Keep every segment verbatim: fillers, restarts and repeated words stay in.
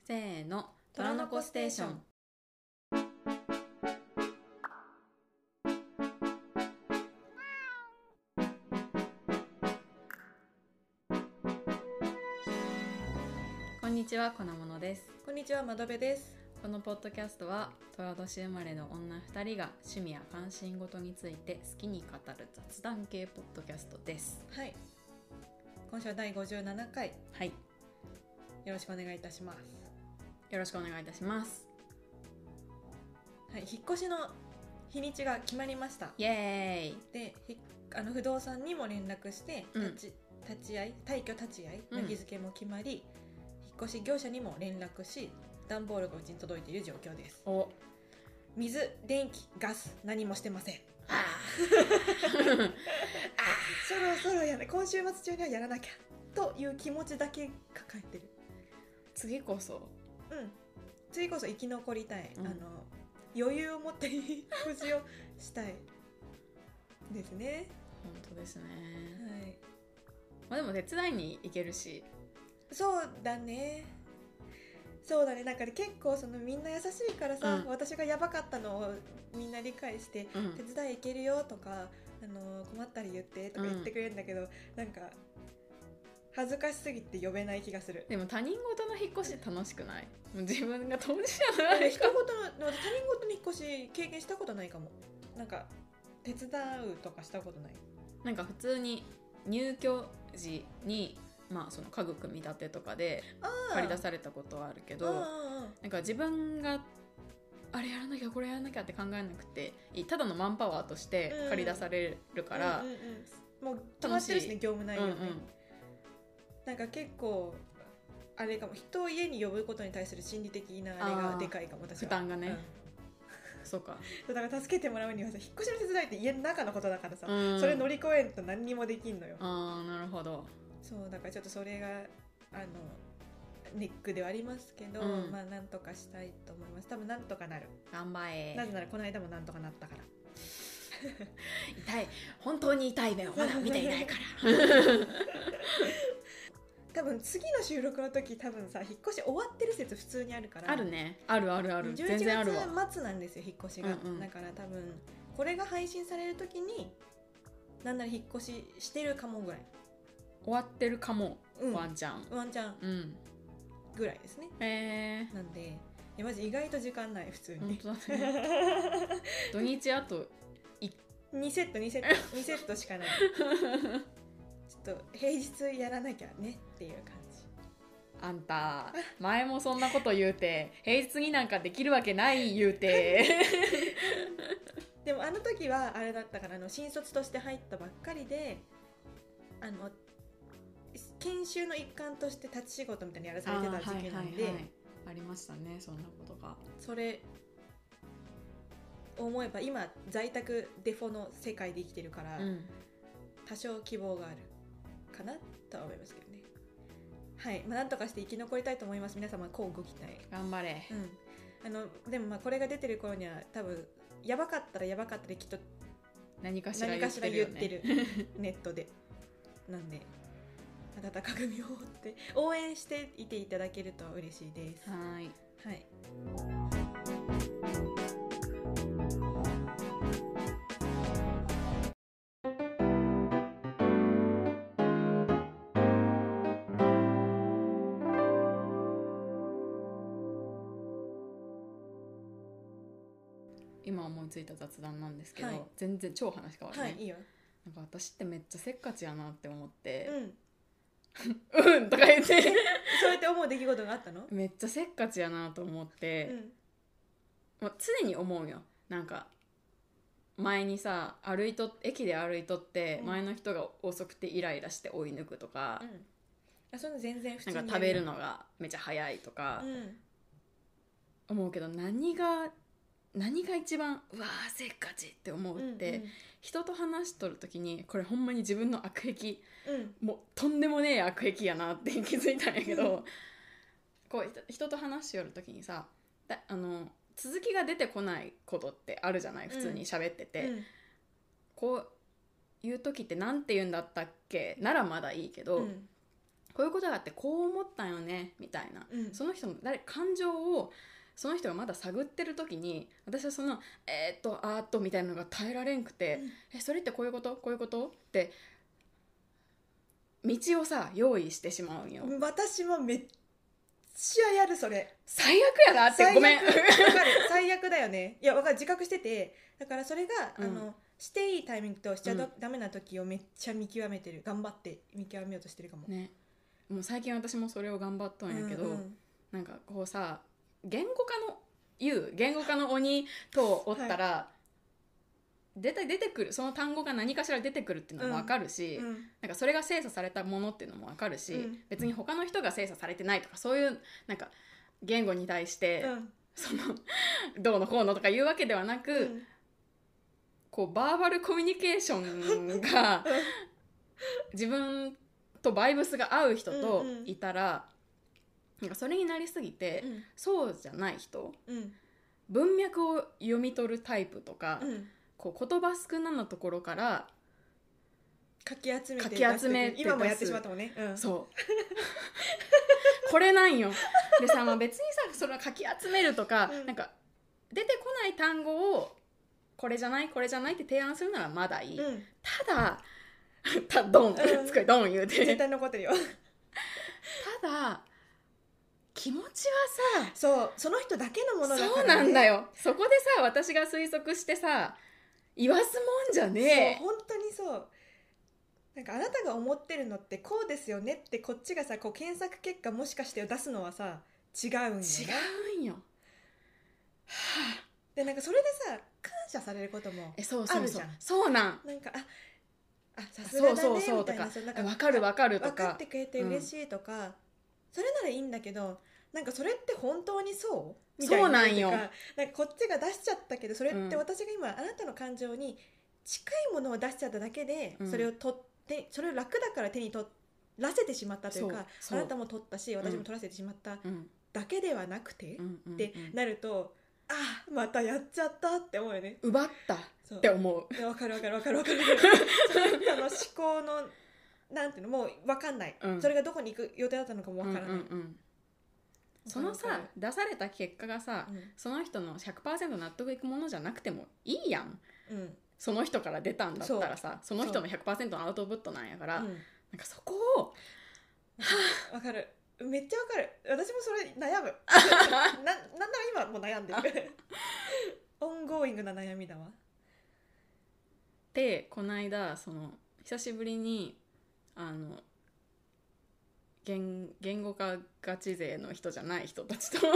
せーの、虎の子ステーション。こんにちは、こなものです。 こんにちは、まどべです。 このポッドキャストは寅年生まれの女ふたりが趣味や関心事について好きに語る雑談系ポッドキャストです。 はい、今週はだいごじゅうななかい、 はい、 よろしくお願いいたします。 よろしくお願いいたします。 はい、引っ越しの日にちが決まりました。 イエーイ。 で、あの不動産にも連絡して立ち、うん、立ち会い退去立ち会いの日付も決まり、うん、引っ越し業者にも連絡し、段ボールがうちに届いている状況です。 お水、電気、ガス何もしてません。 あそろそろやら今週末中にはやらなきゃという気持ちだけ抱えてる。 次こそうん次こそ生き残りたい、 うん、 あの余裕を持って引っ越しをしたいですね。 本当ですね。 はい。 まあでも手伝いに行けるし。 そうだねそうだねなんかね結構そのみんな優しいからさ、うん、私がやばかったのをみんな理解して、うん、手伝い行けるよとか、あの困ったら言ってとか言ってくれるんだけど、うん、なんか恥ずかしすぎて呼べない気がする。 でも他人事の引っ越し楽しくない？もう自分が当事者なの人事の他人事の引っ越し経験したことないかも。なんか手伝うとかしたことない。 なんか普通に入居時にまあその家具組み立てとかで借り出されたことはあるけど、なんか自分があれやらなきゃこれやらなきゃって考えなくていい、ただのマンパワーとして借り出されるから、 うんうんうん、もう決まってるしね、業務内容ね、うんうん、なんか結構あれかも、人を家に呼ぶことに対する心理的なあれがでかいかも。私は負担がね、うん、そうかだから助けてもらうにはさ、引っ越しの手伝いって家の中のことだからさ、うん、それ乗り越えんと何にもできんのよ。 あーなるほど。 そうだからちょっとそれがあのネックではありますけど、うん、まあなんとかしたいと思います。多分なんとかなる。 頑張れ。 なぜならこの間もなんとかなったから痛い、本当に痛い目をまだ見ていないから多分次の収録の時多分さ、引っ越し終わってる説普通にあるから。 あるね、あるあるある、全然あるわ。 じゅういちがつ末なんですよ引っ越しが、うんうん、だから多分これが配信される時になんなら引っ越ししてるかもぐらい、 終わってるかも、 うん、 ワンチャンワンチャン、うん、ぐらいですね。 へー。 なんでいやマジ意外と時間ない普通に。 本当だね土日あとにセットにセットにセットしかないちょっと平日やらなきゃねっていう感じ。 あんた前もそんなこと言うて平日になんかできるわけない言うてでもあの時はあれだったから、あの新卒として入ったばっかりで、あの研修の一環として立ち仕事みたいにやらされてた時期なんで、 あ,、はいはいはい、 ありましたねそんなことが。 それ思えば今在宅デフォの世界で生きてるから、うん、多少希望があるかなとは思いますけどね。はい、まあ、なんとかして生き残りたいと思います。皆様こうご期待。 頑張れ、 うん、あのでもまあこれが出てる頃には多分やばかったらやばかったできっと何かしら言ってるよね、 何かしら言ってるネットでなんで温かく見守って応援していていただけると嬉しいです。 はい、 はい、 今思いついた雑談なんですけど、 はい、 全然超話変わるね。 はい、いいよ。 なんか私ってめっちゃせっかちやなって思って、 うんうんとか言ってそうやって思う出来事があったの？ めっちゃせっかちやなと思って、うん、常に思うよ。なんか前にさ歩いと駅で歩いとって前の人が遅くてイライラして追い抜くとか、 うん、あその全然普通になんか食べるのがめっちゃ早いとか、うん、思うけど何が何が一番うわーせっかちって思うって、うんうん、人と話しとるときにこれほんまに自分の悪癖、うん、もうとんでもねえ悪癖やなって気づいたんやけど、うん、こう人と話しよるときにさだあの続きが出てこないことってあるじゃない、普通に喋ってて、うん、こういう時ってなんて言うんだったっけならまだいいけど、うん、 こういうことがあってこう思ったよねみたいな、うん、その人の誰感情をその人がまだ探ってる時に私はそのえー、っとあーっとみたいなのが耐えられんくて、うん、えそれってこういうことこういうことって道をさ用意してしまうんよ。 私もめっちゃやるそれ。 最悪やなってごめん。わかる最悪だよね。いやわかる自覚しててだからそれが、うん、あのしていいタイミングとしちゃダメな時をめっちゃ見極めてる、頑張って見極めようとしてるかも。ね。 もう最近私もそれを頑張っとんやけど、うんうん、なんかこうさ言語化の言う言語化の鬼とおったら、はい、絶対出てくるその単語が何かしら出てくるっていうのも分かるし、うんうん、なんかそれが精査されたものっていうのも分かるし、うん、別に他の人が精査されてないとかそういうなんか言語に対して、うん、そのどうのこうのとか言うわけではなく、うん、こうバーバルコミュニケーションが自分とバイブスが合う人といたら、うんうんなんかそれになりすぎて、うん、そうじゃない人、うん、文脈を読み取るタイプとか、うん、こう言葉少ななところからかき集めてかき集めて今もやってしまったもんね、 うん、そうこれなんよでさ、まあ、別にさそれはかき集めるとか、うん、なんか出てこない単語をこれじゃないこれじゃないって提案するならまだいい、うん、ただたドン、うん、つかドン言うて絶対残ってるよただ気持ちはさそうその人だけのものだから、ね、 そうなんだよ。そこでさ私が推測してさ言わすもんじゃねえ。そう本当にそうなんかあなたが思ってるのってこうですよねってこっちがさこう検索結果もしかして出すのはさ違うんよ、ね、 違うんよ、はあ、でなんかそれでさ感謝されることもあるじゃん。 そうそうそうそうなんなんかああさすがだねそうそうそうとか分かる分かるとか分かってくれて嬉しいとか、うん、それならいいんだけどなんかそれって本当にそうみたいなそうなんよ。 なんかこっちが出しちゃったけどそれって私が今、うん、あなたの感情に近いものを出しちゃっただけで、うん、それを取ってそれを楽だから手に取らせてしまったというかあなたも取ったし私も取らせてしまっただけではなくて、うん、ってなるとあまたやっちゃったって思うよね。 奪ったって思う。 分かる分かる分かる分かるその人の思考のなんていうのもう分かんない、うん、それがどこに行く予定だったのかも分からない、うんうんうん、 そのさ出された結果がさ、うん、その人の ひゃくパーセント 納得いくものじゃなくてもいいやん、うん、その人から出たんだったらさ そ, その人の ひゃくパーセント のアウトプットなんやから、うん、なんかそこを分かるめっちゃ分かる私もそれ悩むな, なんなら今も悩んでるオンゴーイングな悩みだわ。 でこの間その久しぶりにあの 言, 言語化ガチ勢の人じゃない人たちと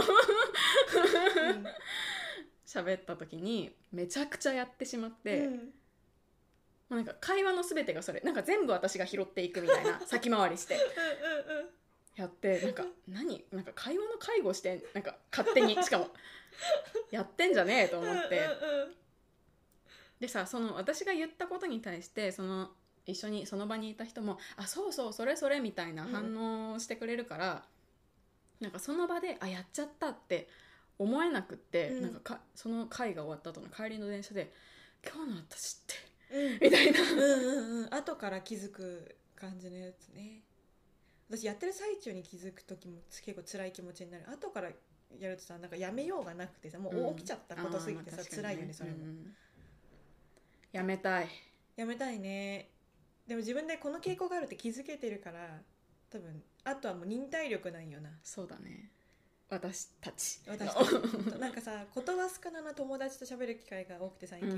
喋、うん、った時にめちゃくちゃやってしまって、うん、もうなんか会話の全てがそれなんか全部私が拾っていくみたいな先回りしてやってなんか何なんか会話の介護してなんか勝手にしかもやってんじゃねえと思ってでさその私が言ったことに対してその一緒にその場にいた人もあそうそうそれそれみたいな反応をしてくれるから、うん、なんかその場であやっちゃったって思えなくって、うん、なんかかその会が終わった後の帰りの電車で今日の私って、うん、みたいなうんうんうん後から気づく感じのやつね。私やってる最中に気づく時も結構辛い気持ちになる。後からやるとさなんかやめようがなくてさもう起きちゃったことすぎてさ、うん、辛いよねそれも、うん、 やめたいやめたいね。でも自分でこの傾向があるって気づけてるから多分あとはもう忍耐力ないよな。 そうだね私たち私たちなんかさ言葉少なな友達と喋る機会が多くて最近、うん、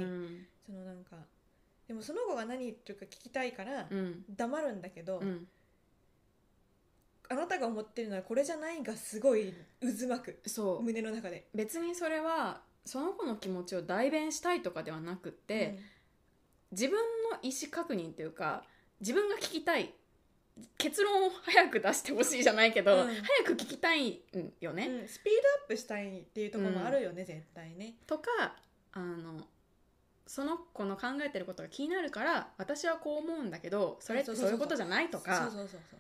そのなんかでもその子が何言ってるか聞きたいから黙るんだけど、うん、あなたが思ってるのはこれじゃないがすごい渦巻くそう胸の中で。 別にそれはその子の気持ちを代弁したいとかではなくって、うん自分の意思確認というか自分が聞きたい結論を早く出してほしいじゃないけど、うん、早く聞きたいんよね、 うん、スピードアップしたいっていうところもあるよね、うん、絶対ねとかあのその子の考えてることが気になるから私はこう思うんだけどそれってそういうことじゃないとかそうそうそうそう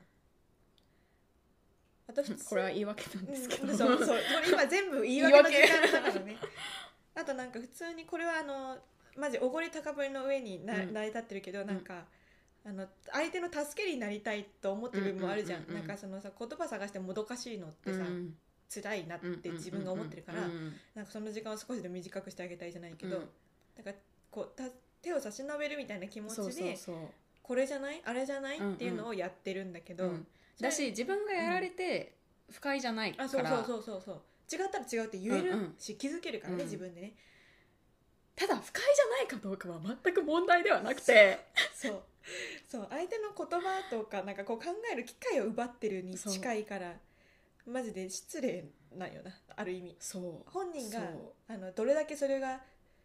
私これは言い訳なんですけど、うん、そうそう今全部言い訳の時間だからねあとなんか普通にこれはあのマジおごり高ぶりの上にな、うん、成り立ってるけどなんかあの相手の助けになりたいと思ってる部分もあるじゃん、 うんうんうんうん、 なんかそのさ言葉探してもどかしいのってさ、うん、辛いなって自分が思ってるから、うんうんうんうん、なんかその時間を少しでも短くしてあげたいじゃないけど、うん、なんかこうた手を差し伸べるみたいな気持ちで、そうそうそう、これじゃないあれじゃない、うんうん、っていうのをやってるんだけど、うん、 だし自分がやられて不快じゃないから、 うん、あ、そうそうそうそう、違ったら違うって言えるし、うんうん、気づけるからね、うん、自分でね。 ただ不快じゃないかどうかは全く問題ではなくてそうそう相手の言葉とかなんかこう考える機会を奪ってるに近いからマジで失礼なんよな、ある意味。 そう本人があのどれだけそれが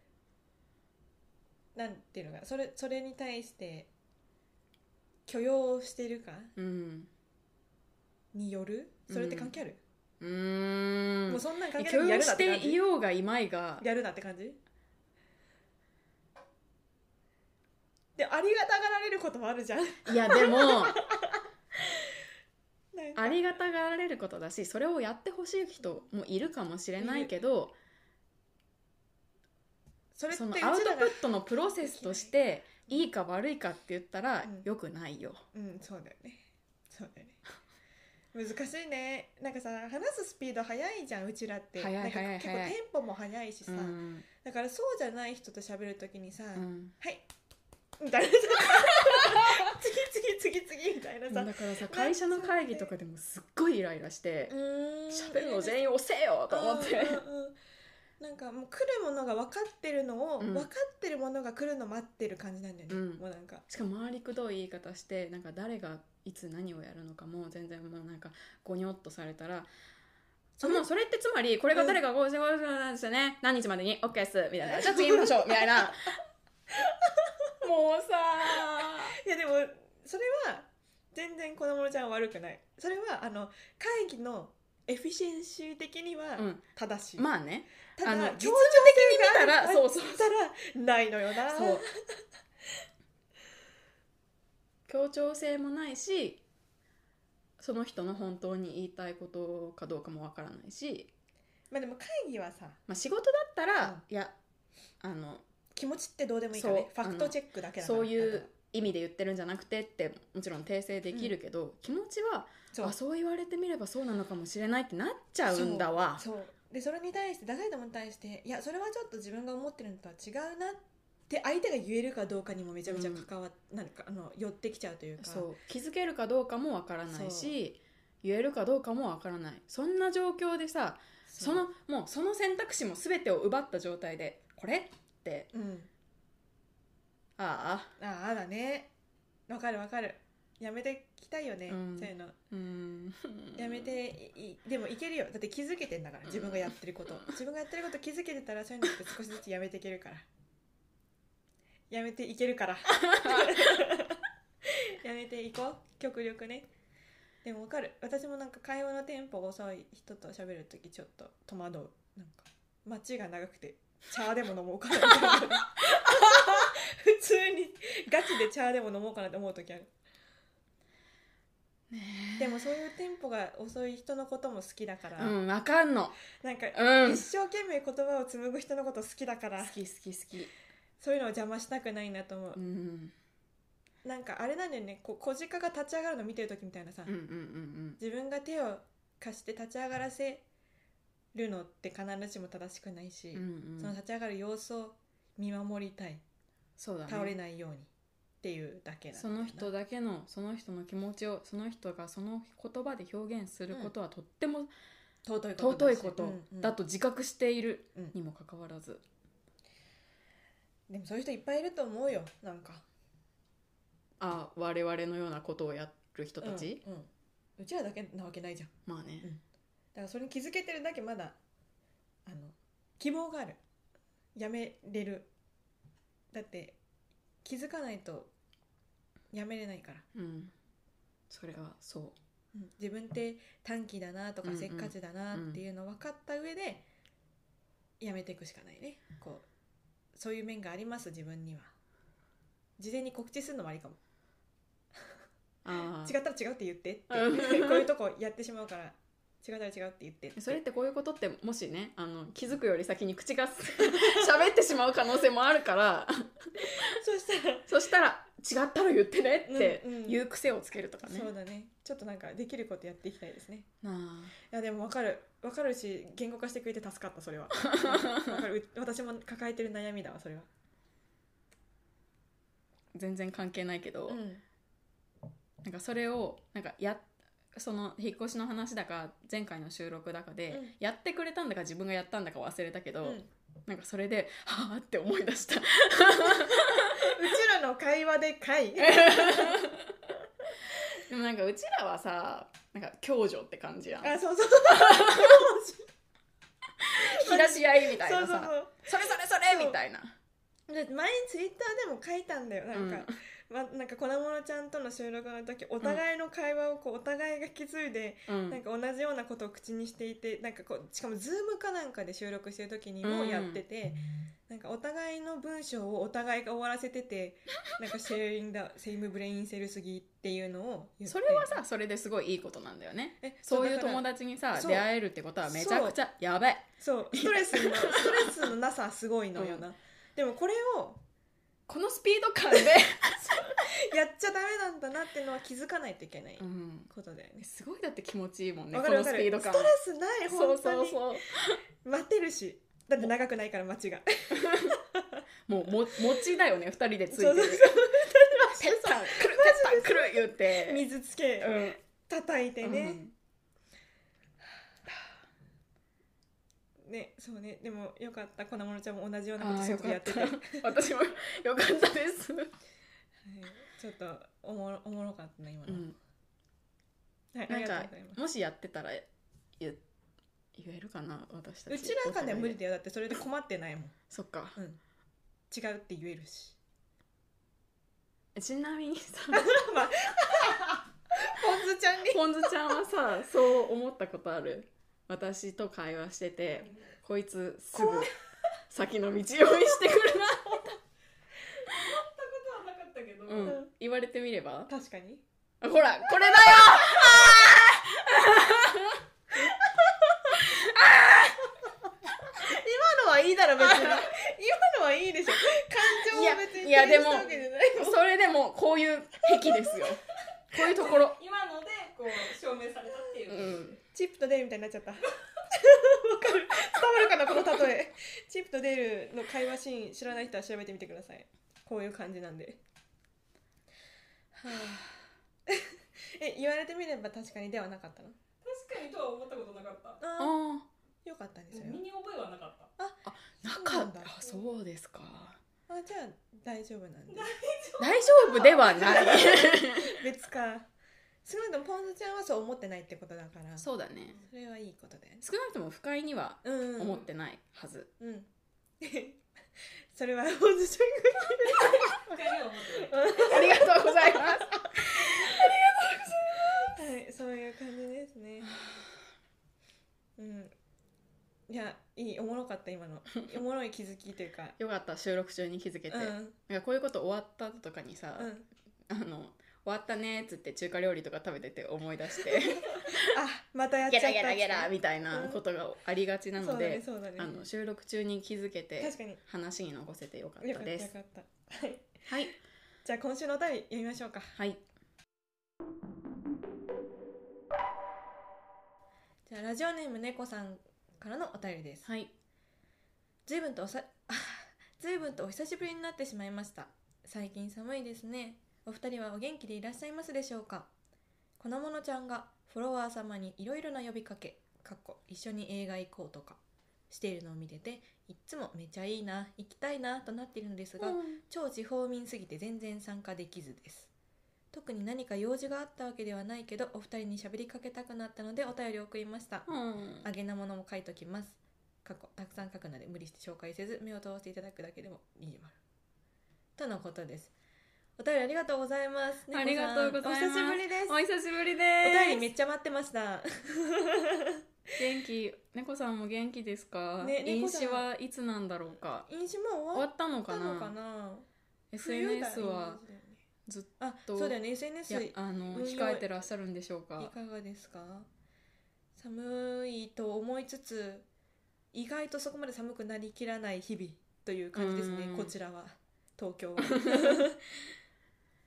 なんていうのか、それそれに対して許容してるか、うん、による。それって関係ある？ うーん、 もうそんなん関係なくやるなって感じ。 許していようがいまいがやるなって感じで、ありがたがられることもあるじゃん。 いやでもありがたがられることだし、それをやってほしい人もいるかもしれないけど、それってそのアウトプットのプロセスとしていいか悪いかって言ったら良くないよ。 うん、うん、そうだよね、そうだよね。難しいね。なんかさ、話すスピード速いじゃん、うちらって。 速い速い速い。 結構テンポも速いしさ、うん、だからそうじゃない人と喋るときにさ、うん、はいみたいな次次次次みたいなさ、 だからさ、会社の会議とかでもすっごいイライラして喋るの全員押せよと思って、うんうんうん、 なんかもう来るものが分かってるのを、うん、分かってるものが来るの待ってる感じなんだよね、うん、もうなんかしかも回りくどい言い方して、なんか誰がいつ何をやるのかも全然もうなんかゴニョッとされたら、そのそれってつまりこれが誰がこうしてこうしてなんですよね、何日までに OK ですみたいな、じゃあ次行きましょうみたいなもうさいやでもそれは全然子供ちゃんは悪くない。それはあの会議のエフィシェンシー的には正しい、 うん、まあね、 ただあの実務的に見たらそうそうたらないのよな。 そう協調性もないし、その人の本当に言いたいことかどうかもわからないし、 まあでも会議はさ、 まあ、仕事だったら、うん、いやあの気持ちってどうでもいいからね、ファクトチェックだけだから、 そういう意味で言ってるんじゃなくてってもちろん訂正できるけど、うん、気持ちはそう、あ、そう言われてみればそうなのかもしれないってなっちゃうんだわ。 そう、そうでそれに対してダサい友に対していやそれはちょっと自分が思ってるのとは違うなって相手が言えるかどうかにもめちゃめちゃ関わっ、うん、なんかあの寄ってきちゃうというか、 そう気づけるかどうかもわからないし言えるかどうかもわからない。そんな状況でさ、そのもうその選択肢も全てを奪った状態でこれって、うん、ああああだね、わかるわかる、やめてきたいよね、うん、そういうの、うん、やめていでもいけるよ、だって気づけてんだから自分がやってること、自分がやってること気づけてたらそういうのって少しずつやめていけるからやめていけるからやめていこう、極力ね。でもわかる、私もなんか会話のテンポが遅い人と喋るときちょっと戸惑う。なんか待ちが長くて茶でも飲もうかなみたいな普通にガチで茶でも飲もうかなって思うときある、ね、でもそういうテンポが遅い人のことも好きだから、 うん、わかんの、 なんか、うん、一生懸命言葉を紡ぐ人のこと好きだから、 好き好き好き、 そういうのを邪魔したくないなと思う、うん、なんかあれなんだよね、こう小鹿が立ち上がるの見てる時みたいなさ、うんうんうんうん、自分が手を貸して立ち上がらせるのって必ずしも正しくないし、うんうん、その立ち上がる様子を見守りたい、 そうだね、 倒れないようにっていうだけなんだよな。その人だけのその人の気持ちをその人がその言葉で表現することはとっても、うん、尊いことだし、尊いことだと自覚しているにもかかわらず、 うん、でもそういう人いっぱいいると思うよ。なんかあ我々のようなことをやる人たち、 うんうん、うちらだけなわけないじゃん。 まあね、 うん、だからそれに気づけてるだけまだあの希望がある、やめれる。だって気づかないとやめれないから、 うん、それはそう、 うん、自分って短気だなとかせっかちだなっていうの分かった上でやめていくしかないね。こうそういう面があります自分には。事前に告知するのもありかもあ違ったら違うって言ってってこういうとこやってしまうから違ったら違うって言ってって。 それってこういうことってもしねあの気づくより先に口が喋ってしまう可能性もあるからそしたらそしたら違ったら言ってねっていう癖をつけるとかね、 うんうん、そうだね。ちょっとなんかできることやっていきたいですね。 あいやでも分かる分かるし、言語化してくれて助かった。それは分かる。私も抱えてる悩みだわそれは。 全然関係ないけど、 うん、 なんかそれをなんかやその引っ越しの話だか前回の収録だかで、うん、やってくれたんだか自分がやったんだか忘れたけど、うん、なんかそれではぁって思い出したうちらの会話でかいでもなんかうちらはさ、なんか共助って感じやん。 あ、そうそう引き出し合いみたいなさ、 そうそうそう、 それそれそれみたいな。 前にツイッターでも書いたんだよ。なんか、うん、ま、なんか粉ものちゃんとの収録の時、お互いの会話をこうお互いが気づいて、うん、なんか同じようなことを口にしていて、なんかこうしかもズームかなんかで収録してる時にもやってて、うん、なんかお互いの文章をお互いが終わらせてて、なんかシェアリングだセイムブレインセルすぎっていうのを言って、 それはさ、それですごいいいことなんだよね。え、そういう友達にさ出会えるってことはめちゃくちゃやべえ。 そう、ストレスのストレスのなさすごいのよな、うん、でもこれをこのスピード感でやっちゃダメなんだなっていうのは気づかないといけないことだよね、うん、 すごいだって気持ちいいもんね、 このスピード感。ストレスない、本当に。そうそうそう、待てるし、だって長くないから待ちがもうも餅だよね、ふたりでついてる。そうそうそう、ペッタンくるペッタンくる言って水つけ、うん、叩いてね、うんね、そうね。でもよかった、粉ものちゃんも同じようなこと外でやってて私もよかったです、はい、 ちょっとおも ろ, おもろかったね今の、うん、 はい、なんかもしやってたら言言えるかな、私たち。 うちらかでは無理だよ、だってそれで困ってないもんそっか、 うん、違うって言えるし。 ちなみにさポンズちゃんにポンズちゃんはさ、そう思ったことある？私と会話してて、こいつすぐ先の道を見してくるな思ったことはなかったけど、うん、言われてみれば確かに。 ほらこれだよ今のはいいだろ別に今のはいいでしょ、感情を別にいや、いやでもそれでもこういう癖ですよこういうところ今のでこう証明されたっていう、うん、チップとデールみたいになっちゃったわかる、伝わるかなこの例え。チップとデールの会話シーン知らない人は調べてみてください。こういう感じなんで、はあ、え、言われてみれば確かにではなかったの？ 確かにとは思ったことなかった。ああ、よかったですよ。 身に覚えはなかった。 ああ、なかった。あ、そうですか。 あ、じゃあ大丈夫なんで。 大丈夫ではない別か。少なくともポンズちゃんはそう思ってないってことだから。 そうだね。 それはいいことだよね。 少なくとも不快には思ってないはず。うん、うん、 それはポンズちゃんが不快には思ってない。 ありがとうございます。ありがとうございます。はい、そういう感じですね。うん。いや、いい、おもろかった今の。おもろい気づきというか。 よかった、収録中に気づけて。うん、なんかこういうこと終わった後とかにさ、うん、あの終わったねっつって中華料理とか食べてて思い出してあ、またやっちゃったゲラゲラゲラみたいなことがありがちなので、うんねね、あの収録中に気づけて話に残せてよかったです。 よかったよかった、はい、 はい、 じゃあ今週のお便り読みましょうか。 はい、 じゃあラジオネーム猫さんからのお便りです。 はい、 ずいぶんとおさずいぶんとお久しぶりになってしまいました。最近寒いですね。お二人はお元気でいらっしゃいますでしょうか。粉ものちゃんがフォロワー様にいろいろな呼びかけ、かっこ一緒に映画行こうとかしているのを見てて、いっつもめちゃいいな、行きたいなとなっているのですが、うん、超地方民すぎて全然参加できずです。特に何か用事があったわけではないけど、お二人に喋りかけたくなったのでお便りを送りました。うん、あげなものも書いときます。過去たくさん書くので無理して紹介せず目を通していただくだけでもいいまるとのことです。お便りありがとうございます。 ありがとうございます。 お久しぶりです。 お久しぶりです。 お便りめっちゃ待ってました元気、猫さんも元気ですか、ね、飲酒はいつなんだろうか。 飲酒も終わったのかな、かなエスエヌエス はずっと、 あ、そうだよね、 エスエヌエスあの控えてらっしゃるんでしょうか。 いかがですか。寒いと思いつつ意外とそこまで寒くなりきらない日々という感じですね、こちらは東京は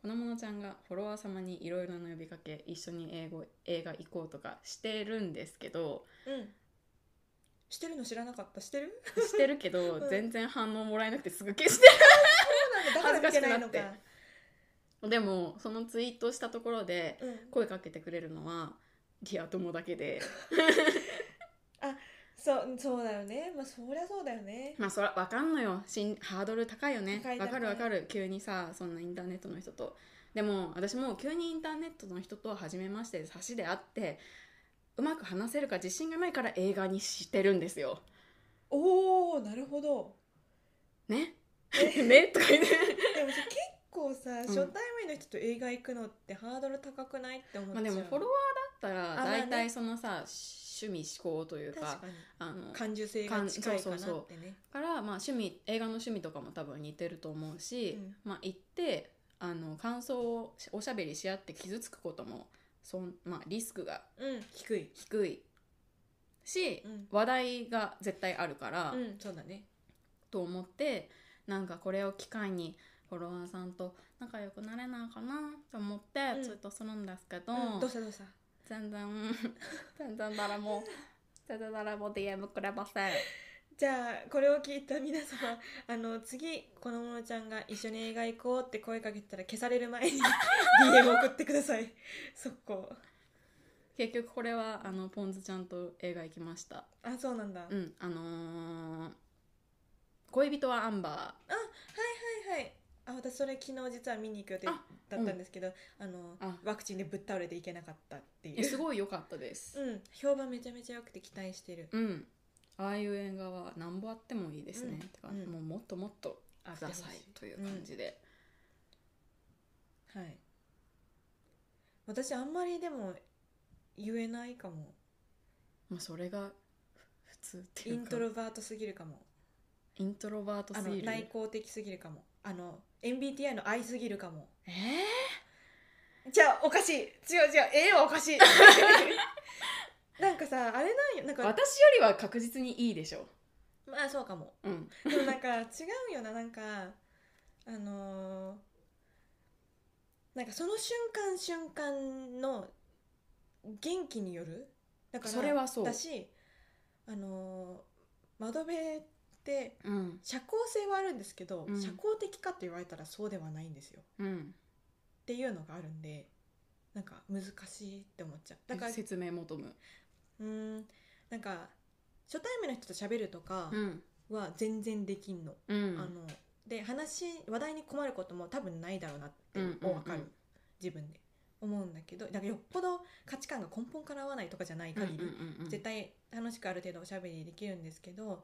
粉物ちゃんがフォロワー様にいろいろな呼びかけ、一緒に英語映画行こうとかしてるんですけど、 うんしてるの知らなかった。してるしてるけど、 うん、 全然反応もらえなくてすぐ消してるそうなんだ、だから見てないのか。 恥ずかしくなって。でもそのツイートしたところで声かけてくれるのはリア友だけであ、そうそうだよね。まあそりゃそうだよね。 まあそら分かんのよ、しんハードル高いよね。 高い高い。 分かる分かる。急にさ、そんなインターネットの人と。でも私も急にインターネットの人と初めまして差しで会ってうまく話せるか自信がないから映画にしてるんですよ。 おー、なるほどねねとか言ってでも結構さ、うん、初対面の人と映画行くのってハードル高くないって思っちゃう。 まあ、でもフォロワーだったら大体そのさ、まあね、趣味嗜好というかあの感受性が近いかなってね。そうそうそうから、まあ、趣味映画の趣味とかも多分似てると思うし、うん、まあ、行ってあの感想をおしゃべりし合って傷つくこともそん、まあ、リスクが低い低いし、うん、話題が絶対あるから、 うん、そうだねと思って、なんかこれを機会にフォロワーさんと仲良くなれないかなと思ってツイートするんですけど、 うんうん、どうしたどうした全然全然誰も全然誰も ディーエム くれません。 じゃあこれを聞いた皆様、あの次このものちゃんが一緒に映画行こうって声かけたら消される前に ディーエム 送ってください速攻。 結局これはあのポンズちゃんと映画行きました。 あ、そうなんだ。 うん、あのー、恋人はアンバー。あ、 はいはいはい。あ、私それ昨日実は見に行く予定だったんですけど、あ、うん、あのあワクチンでぶっ倒れていけなかったっていう。 すごい良かったです。 うん、評判めちゃめちゃ良くて期待してる。 うん、ああいう映画は何本あってもいいですね。うん、てか、うん、もうもっともっとくださいという感じで、 うん、はい。私あんまりでも言えないかも。 まあそれが普通っていうか。 イントロバートすぎるかも。 イントロバートすぎる。 あの内向的すぎるかも。あの エムビーティーアイ の愛すぎるかも。 えー、じゃあおかしい。違う違う。えー、はおかしい。なんかさ、あれなんよ。なんか私よりは確実にいいでしょ。 まあそうかも。 うん。 でもなんか違うよな。なんかあのー、なんかその瞬間瞬間の元気による。だからそれはそうだし、あのー、窓辺って社交性はあるんですけど、 うん、 社交的かって言われたらそうではないんですよ、 うん、 っていうのがあるんで、なんか難しいって思っちゃう。だから説明求む。 うーん、なんか初対面の人と喋るとかは全然できんの、うん、あので話話題に困ることも多分ないだろうなって分かる、うんうんうん、自分で思うんだけど、だからよっぽど価値観が根本から合わないとかじゃない限り、うんうんうん、絶対楽しくある程度おしゃべりできるんですけど、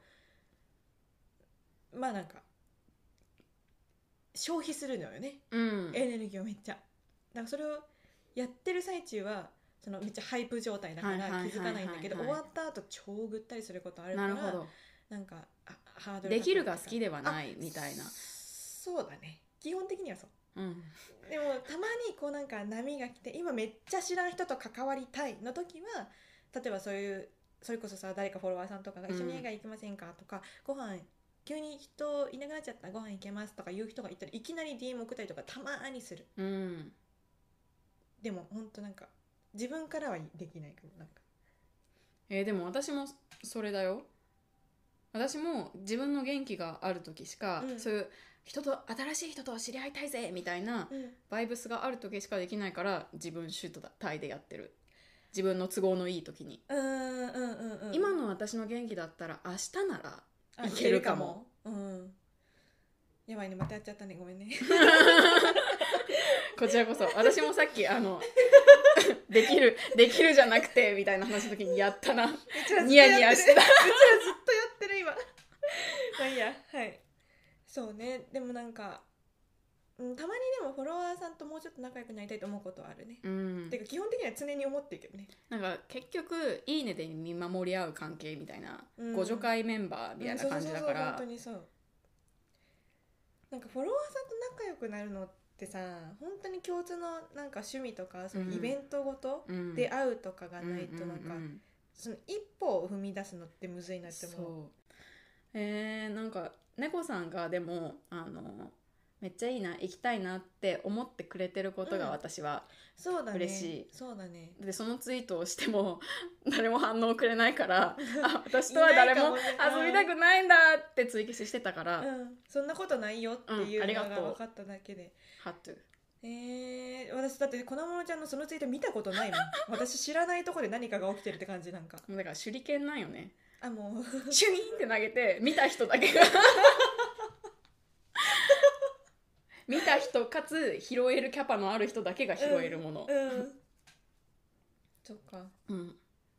まあなんか消費するのよね、うん、エネルギーをめっちゃ。だからそれをやってる最中はそのめっちゃハイプ状態だから気づかないんだけど、終わった後超ぐったりすることあるから、なるほど、なんかあハードルできるが好きではないみたいな。 そうだね、基本的にはそう、 うん、 でもたまにこうなんか波が来て今めっちゃ知らん人と関わりたいの時は、例えばそういうそれこそさ、誰かフォロワーさんとかが一緒に映画行きませんかとか、ご飯急に人いなくなっちゃったご飯行けますとかいう人がいたらいきなり ディーエム 送ったりとかたまにする、うん、でもほんとなんか自分からはできないかも。なんかえー、でも私もそれだよ。私も自分の元気がある時しか、うん、そういう人と新しい人と知り合いたいぜみたいなバイブスがある時しかできないから、自分主体でやってる。自分の都合のいい時に、うんうんうんうん、今の私の元気だったら明日ならいけるかも。 うん、やばいね、またやっちゃったね、ごめんねこちらこそ。私もさっきあのできるできるじゃなくてみたいな話の時にやったな、ニヤニヤしてた。うちらずっとやってる今まあいいや、はい。そうね、でもなんか、うん、たまにでもフォロワーさんともうちょっと仲良くなりたいと思うことはあるね、うん、てか基本的には常に思ってるけどね。 なんか結局いいねで見守り合う関係みたいな、うん、互助会メンバーみたいな感じだから、 本当にそう。なんかフォロワーさんと仲良くなるのってさ、本当に共通のなんか趣味とかそのイベントごとで会うとかがないと、なんかその一歩を踏み出すのってむずいなって思う。 そう、えー、なんか猫さんがでもあのめっちゃいいな行きたいなって思ってくれてることが私はそうだね嬉しい、 そうだね。 でそのツイートをしても誰も反応くれないからあ私とは誰も遊びたくないんだって追記してたから、 うん、そんなことないよっていうのが分かっただけで、 はとえー、私だって粉ものちゃんのそのツイート見たことないもん私知らないとこで何かが起きてるって感じ。なんかもうだから手裏剣なんよね。 あもうシュイーンって投げて見た人だけが見た人かつ拾えるキャパのある人だけが拾えるもの、 うん、うん、そっか、 うん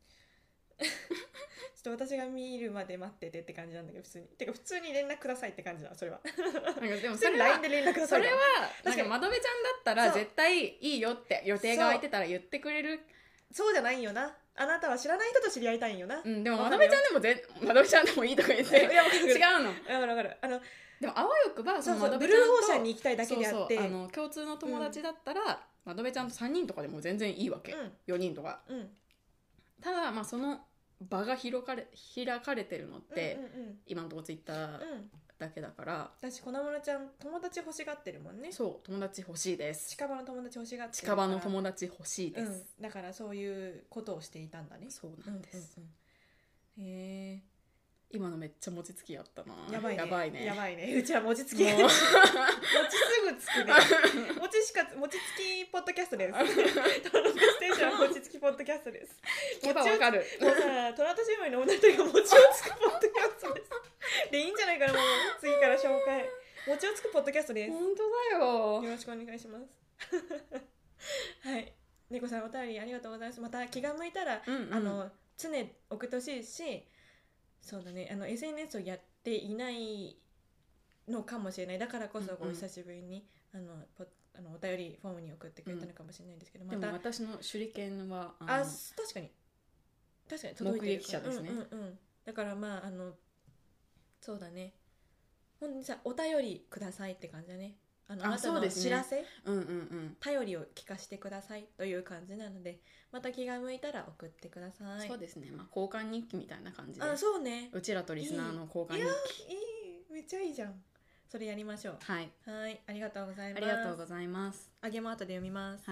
ちょっと私が見るまで待っててって感じなんだけど、普通にてか普通に連絡くださいって感じだそれはなんかでもそれ ライン で連絡ください。 それはなんか窓辺ちゃんだったら絶対いいよって予定が空いてたら言ってくれる。 そう、そうじゃないよな。あなたは知らない人と知り合いたいんよな。 うん、でも窓辺ちゃんでもぜ窓辺ちゃんでもいいとか言っていや分かる違うの。 分かる分かる。あのでもあわよくばそのそうそう窓辺ちゃんとブルーオーシャンに行きたいだけであって、 そうそうあの共通の友達だったら、うん、窓辺ちゃんとさんにんとかでも全然いいわけ、うん、よにんとか、うん、ただまあその場が開かれ開かれてるのって、うんうんうん、今のところツイッターだけだから、 うん、私粉ものちゃん友達欲しがってるもんね。 そう友達欲しいです。 近場の友達欲しがってる近場の友達欲しいです、 うん、だからそういうことをしていたんだね。 そうなんです、 うんうんうん、へえ今のめっちゃ餅つきやったな。 やばいねやばいねやばいね。うちは餅つき餅すぐつくね餅しか餅つきポッドキャストですトラノステーションは餅つきポッドキャストです。 聞けばわかる。 もうさトラとシウマイの女の人が餅をつくポッドキャストですでいいんじゃないかな。もう次から紹介餅をつくポッドキャストです。 本当だよ。 よろしくお願いしますはい猫さんお便りありがとうございます。また気が向いたら、うんうん、あの常送ってほしいし、そうだね、あの エスエヌエス をやっていないのかもしれない。だからこそお久しぶりに、うんうん、あのポあのお便りフォームに送ってくれたのかもしれないんですけど、うん、またでも私の手裏剣はああ確かに確かに届いてる目撃者ですね、 うんうんうん、だからまああのそうだね、ほんにさお便りくださいって感じだね。あのあなたの知らせ、ねうんうんうん、頼りを聞かせてくださいという感じなので、また気が向いたら送ってください。 そうですね、まあ、交換日記みたいな感じで。 あそうね、 うちらとリスナーの交換日記。いやいいめっちゃいいじゃん。それやりましょう。 はいはいありがとうございます。 ありがとうございます。 あげも後で読みます。 はい。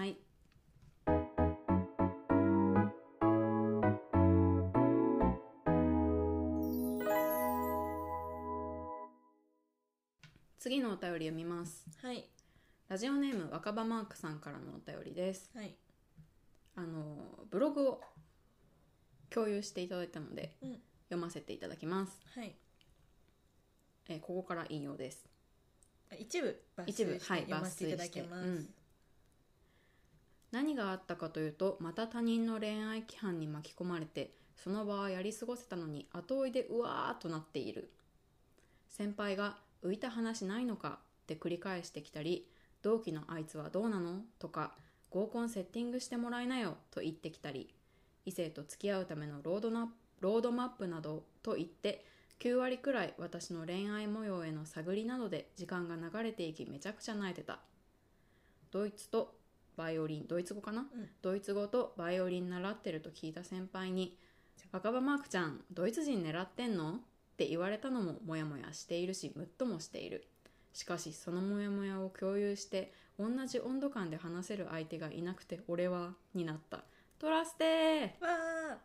次のお便り読みます。 はい。 ラジオネーム若葉マークさんからのお便りです。 はい。 あのブログを共有していただいたので、 うん、 読ませていただきます。 はい。 えー、ここから引用です。 一部抜粋して読ませていただきます。はい、うん、 何があったかというと、また他人の恋愛規範に巻き込まれて、その場はやり過ごせたのに後追いでうわーっとなっている。先輩が浮いた話ないのかって繰り返してきたり、同期のあいつはどうなのとか、合コンセッティングしてもらいなよと言ってきたり、異性と付き合うためのロードなロードマップなどと言ってきゅうわりくらい私の恋愛模様への探りなどで時間が流れていき、めちゃくちゃ泣いてた。ドイツとバイオリン、ドイツ語かな、うん、ドイツ語とバイオリン習ってると聞いた先輩に、若葉マークちゃんドイツ人狙ってんのって言われたのもモヤモヤしているし、ムッともしている。しかしそのモヤモヤを共有して同じ温度感で話せる相手がいなくて俺はになった。トラステーわ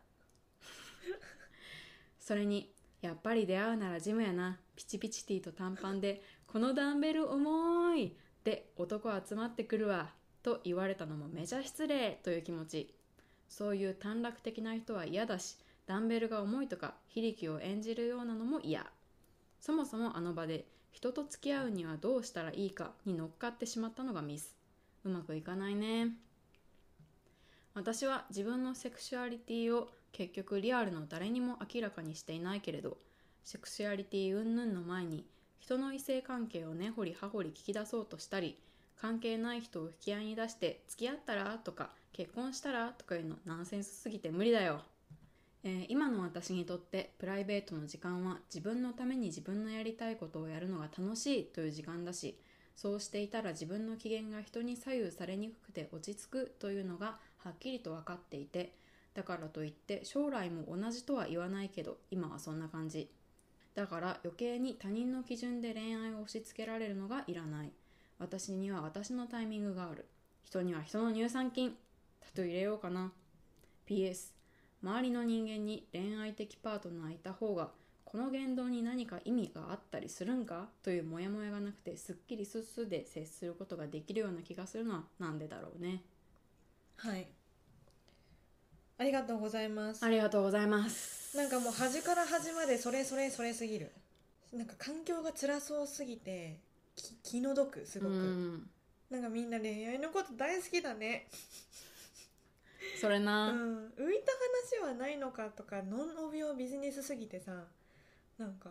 それにやっぱり出会うならジムやな。ピチピチティと短パンでこのダンベル重いで男集まってくるわと言われたのもめちゃ失礼という気持ち。そういう短絡的な人は嫌だし、ダンベルが重いとか非力を演じるようなのも嫌。そもそもあの場で人と付き合うにはどうしたらいいかに乗っかってしまったのがミス。うまくいかないね。私は自分のセクシュアリティを結局リアルの誰にも明らかにしていないけれど、セクシュアリティ云々の前に人の異性関係を根掘り葉掘り聞き出そうとしたり、関係ない人を引き合いに出して付き合ったらとか結婚したらとかいうのナンセンスすぎて無理だよ。えー、今の私にとってプライベートの時間は自分のために自分のやりたいことをやるのが楽しいという時間だし、そうしていたら自分の機嫌が人に左右されにくくて落ち着くというのがはっきりと分かっていて、だからといって将来も同じとは言わないけど今はそんな感じだから、余計に他人の基準で恋愛を押し付けられるのがいらない。 私には私のタイミングがある。人には人の乳酸菌。タトゥー入れようかな。 ピーエス 周りの人間に恋愛的パートナーいた方がこの言動に何か意味があったりするんかというモヤモヤがなくて、すっきりスッスで接することができるような気がするのはなんでだろうね。 はい、ありがとうございます。 ありがとうございます。 なんかもう端から端までそれそれそれすぎる。なんか環境が辛そうすぎてき気の毒すごく、うん、なんかみんな恋愛のこと大好きだねそれな、 うん、浮いた話はないのかとか、ノンオビオビジネスすぎてさ、なんか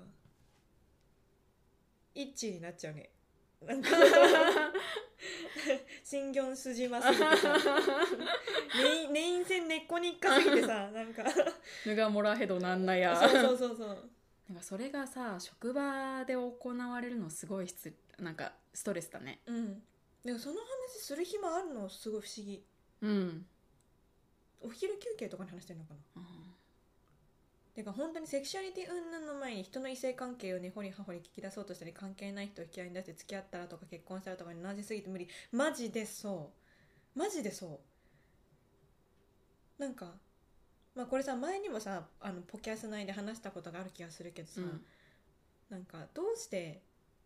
イッチになっちゃうね。なんか新ギョンスジマすぎてさネイン線根っこにっかすぎてさ、なんかぬがもらへどなんなや。 そうそうそうそう。 なんかそれがさ、職場で行われるのすごい質なんかストレスだね。 うん。でもその話する暇あるのすごい不思議。 うん。 お昼休憩とかに話してるのかな。うん、てか本当にセクシュアリティ云々の前に人の異性関係をねほりはほり聞き出そうとしたり、関係ない人を引き合いに出して付き合ったらとか結婚したらとかになじすぎて無理。マジでそうマジでそうなんかまあこれさ、前にもさあのポキャス内で話したことがある気がするけどさ、うん、なんかどうして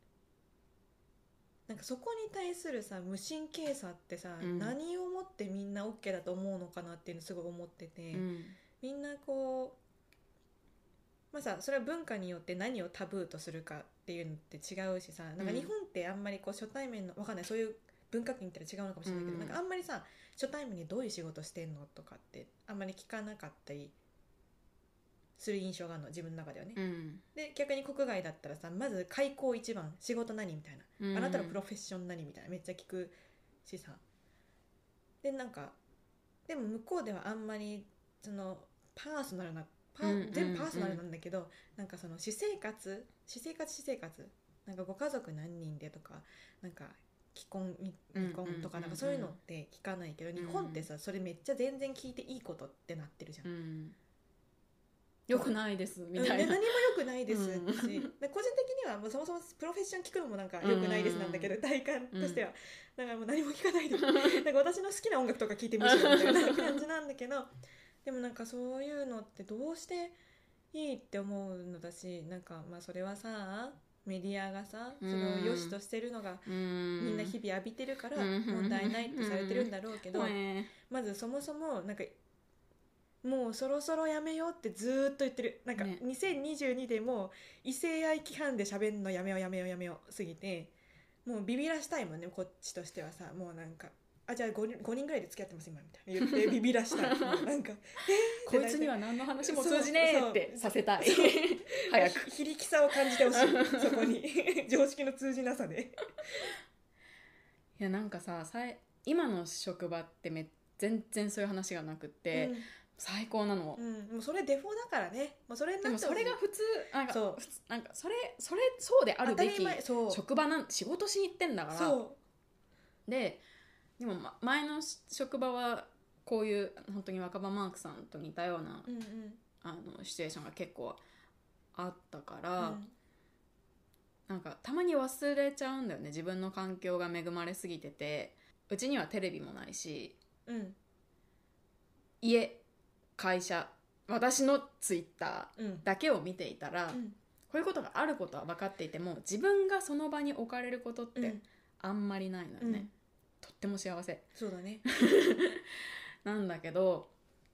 なんかそこに対するさ無神経さってさ、うん、何をもってみんな OK だと思うのかなっていうのすごい思ってて、うん、みんなこうまあさ、それは文化によって何をタブーとするかっていうのって違うしさ、なんか日本ってあんまりこう初対面のわかんない、そういう文化圏って違うのかもしれないけど、うん、なんかあんまりさ初対面にどういう仕事してんのとかってあんまり聞かなかったりする印象があるの、自分の中ではね、うん、で逆に国外だったらさ、まず開口一番仕事何みたいな、うん、あなたのプロフェッション何みたいなめっちゃ聞くしさ、でなんかでも向こうではあんまりそのパーソナルなパ、うん、全部パーソナルなんだけど、うん、なんかその私生活私生活私生活なんかご家族何人でとかなんか既婚未婚とかなんかそういうのって聞かないけど、日本ってさそれめっちゃ全然聞いていいことってなってるじゃん、うん、 よくないですみたいな、 うん、何もよくないですし、うん、個人的にはもうそもそもプロフェッション聞くのもなんかよくないですなんだけど、うん、体感としては、うん、だからもう何も聞かないでなんか私の好きな音楽とか聞いてみしろみたいな感じなんだけどでもなんかそういうのってどうしていいって思うのだし、なんかまあそれはさメディアがさそれを良しとしてるのが、うん、みんな日々浴びてるから問題ないってされてるんだろうけど、うん、まずそもそもなんかもうそろそろやめようってずっと言ってる。なんかにせんにじゅうにでもう異性愛規範で喋るのやめようやめようやめようすぎて、もうビビらしたいもんねこっちとしてはさ、もうなんかあじゃあ 5, 5人ぐらいで付き合ってます今みたいな言ってビビらしたいなんかえこいつには何の話も通じねえってさせたい早く非力さを感じてほしいそこに常識の通じなさでいやなんかささ今の職場ってめ全然そういう話がなくって、うん、最高なの、 うん、もうそれデフォだからね、もうそれになってでもそれが普通なんかそうなんかそれそれそうであるべき職場なん仕事しに行ってんだからそうででも前の職場はこういう本当に若葉マークさんと似たような、うんうん、あのシチュエーションが結構あったから、うん、なんかたまに忘れちゃうんだよね、自分の環境が恵まれすぎてて、うちにはテレビもないし、うん、家会社私のツイッターだけを見ていたら、うん、こういうことがあることは分かっていても自分がその場に置かれることってあんまりないのよね、うん、とっても幸せそうだねなんだけど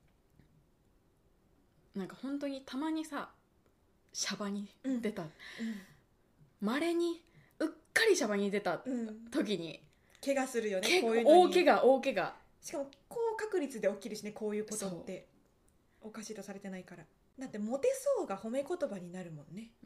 なんか本当にたまにさシャバに出た、まれ、うん、にうっかりシャバに出た時に、 うん、怪我するよね、 こういうのに大怪我大怪我、 しかも高確率で起きるしね、こういうことっておかしいとされてないから。だってモテそうが褒め言葉になるもんね、うん、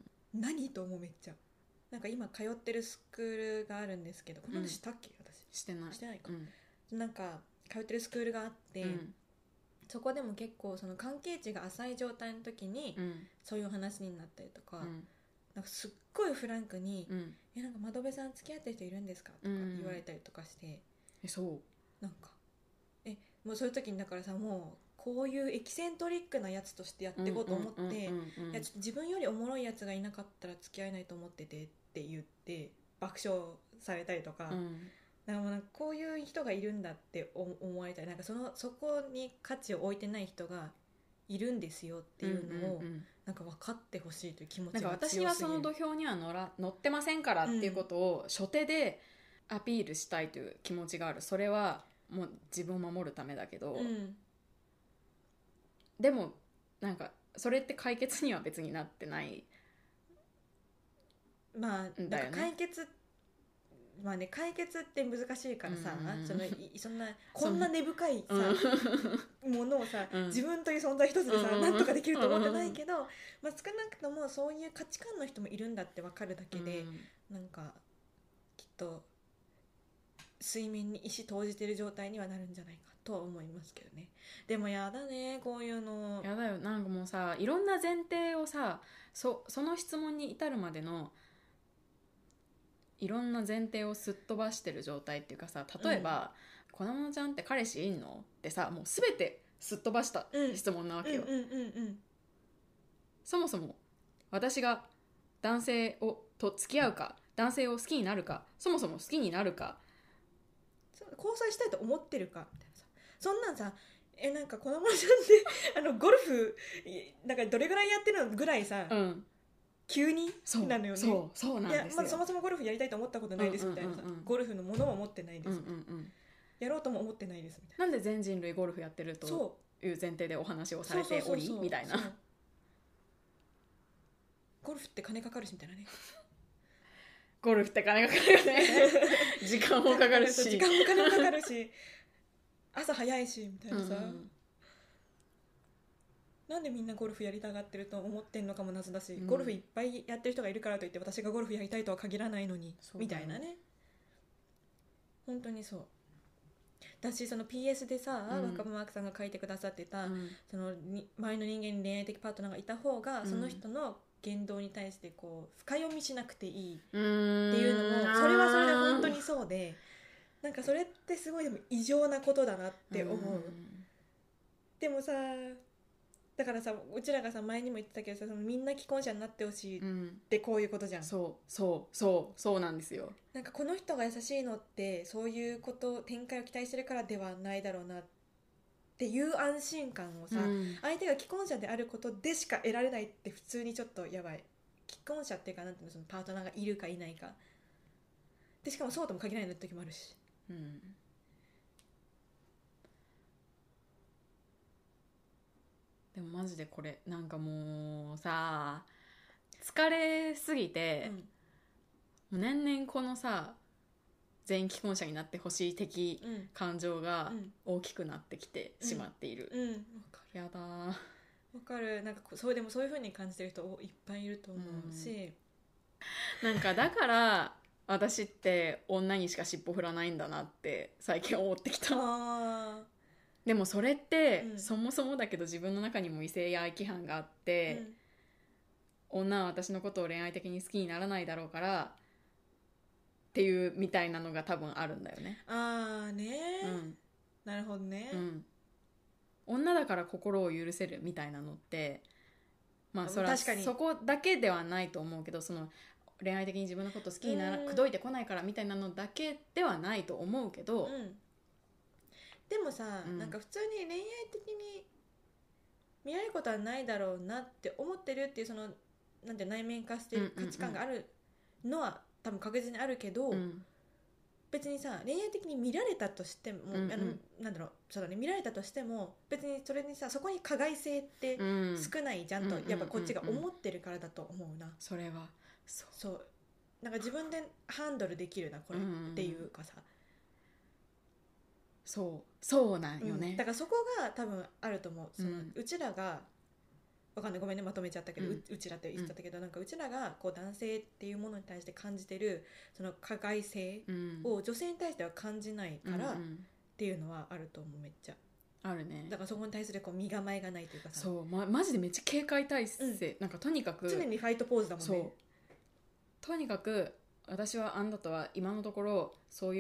何と思う。めっちゃなんか今通ってるスクールがあるんですけど、この話したっけ、うん、私してないしてないか、うん、なんか通ってるスクールがあって、うん、そこでも結構その関係値が浅い状態の時に、うん、そういう話になったりとか、うん、なんかすっごいフランクに、うん、えなんか窓辺さん付き合ってる人いるんですかとか言われたりとかして、うん、 えそうなんかえもうそういう時にだからさ、もうこういうエキセントリックなやつとしてやっていこうと思って、いやちょっと自分よりおもろいやつがいなかったら付き合えないと思っててって言って爆笑されたりとか、 うん、 なんかもうなんかこういう人がいるんだって思われたり、なんかそのそこに価値を置いてない人がいるんですよっていうのを、うんうんうん、なんか分かってほしいという気持ちが強すぎる。なんか私はその土俵には乗ら乗ってませんからっていうことを初手でアピールしたいという気持ちがある。それはもう自分を守るためだけど、うん、でもなんかそれって解決には別になってないまあ、なんか解決まあね、解決って難しいからさ、うんうん、そのそんなこんな根深いさ、うん、ものをさ、うん、自分という存在一つでさ、うん、なんとかできると思ってないけど、うんまあ、少なくともそういう価値観の人もいるんだって分かるだけで、うん、なんかきっと水面に石投じてる状態にはなるんじゃないかとは思いますけどね。でもやだね、こういうのやだよ。なんかもうさ、いろんな前提をさ、 そ, その質問に至るまでのいろんな前提をすっ飛ばしてる状態っていうかさ、例えば、うん、粉ものちゃんって彼氏いんのってさ、もう全てすっ飛ばした質問なわけよ。そもそも私が男性をと付き合うか、男性を好きになるか、そもそも好きになるか、 交際したいと思ってるかみたいなさ、そんなんさ、えなんか粉ものちゃんってあのゴルフなんかどれぐらいやってるのぐらいさ、うん、急になのよね。 そうそうなんですよ。 いや、まあ、そもそもゴルフやりたいと思ったことないですみたいなさ、うんうんうんうん、ゴルフのものも持ってないです、うんうんうん、やろうとも思ってないですみたいな。 なんで全人類ゴルフやってるという前提でお話をされておりみたいな。 ゴルフって金かかるしみたいなね。 ゴルフって金かかるよね。時間もかかるし時間も金もかかるし朝早いしみたいなさ、うん、なんでみんなゴルフやりたがってると思ってんのかも謎だし、うん、ゴルフいっぱいやってる人がいるからといって私がゴルフやりたいとは限らないのにみたいなね。本当にそうだし、その ピーエス でさ、うん、若葉マークさんが書いてくださってた、うん、そのに周りの人間に恋愛的パートナーがいた方が、うん、その人の言動に対してこう深読みしなくていいっていうのも、それはそれで本当にそうで、なんかそれってすごいでも異常なことだなって思う。でもさ、だからさ、うちらがさ前にも言ってたけどさ、そのみんな既婚者になってほしいってこういうことじゃん、うん、 そうそうそうそうなんですよ。 なんかこの人が優しいのってそういうこと展開を期待してるからではないだろうなっていう安心感をさ、うん、相手が既婚者であることでしか得られないって普通にちょっとやばい。既婚者っていうかなんていうの、そのパートナーがいるかいないかで、しかもそうとも限らない時もあるし、うん、 でもマジでこれなんかもうさ、疲れすぎて、うん、もう年々このさ全員既婚者になってほしい的感情が大きくなってきてしまっている、うんうんうん、やだー。 わかる。なんかそうでもそういう風に感じてる人いっぱいいると思うし、 うん、なんかだから私って女にしか尻尾振らないんだなって最近思ってきた。あでもそれって、うん、そもそもだけど自分の中にも異性愛規範があって、うん、女は私のことを恋愛的に好きにならないだろうからっていうみたいなのが多分あるんだよね。 あーねー、うん、なるほどね、うん、 女だから心を許せるみたいなのってまあそれはそこだけではないと思うけど、その恋愛的に自分のこと好きになら口説いてこないからみたいなのだけではないと思うけど、うん、 でもさ、うん、なんか普通に恋愛的に見られることはないだろうなって思ってるっていうそのなんて内面化してる価値観があるのは多分確実にあるけど、うん、別にさ恋愛的に見られたとしても、うんうん、あのなんだろうそうだね見られたとしても別にそれにさそこに加害性って少ないじゃんと、うん、やっぱこっちが思ってるからだと思うな。 それはそうそうなんか自分でハンドルできるなこれっていうかさ、うん、 そうそうなんよね、 うん、だからそこが多分あると思う。その、うん、うちらがわかんないごめんねまとめちゃったけど、うん、う, うちらって言ってたけど、うん、なんかうちらがこう男性っていうものに対して感じてるその加害性を女性に対しては感じないからっていうのはあると思う。めっちゃあるね。 だからそこに対するこう身構えがないというかさ、 そう、ま、マジでめっちゃ警戒態勢、うん、なんかとにかく常にファイトポーズだもんね。そうとにかく私はあんたとは今のところそういう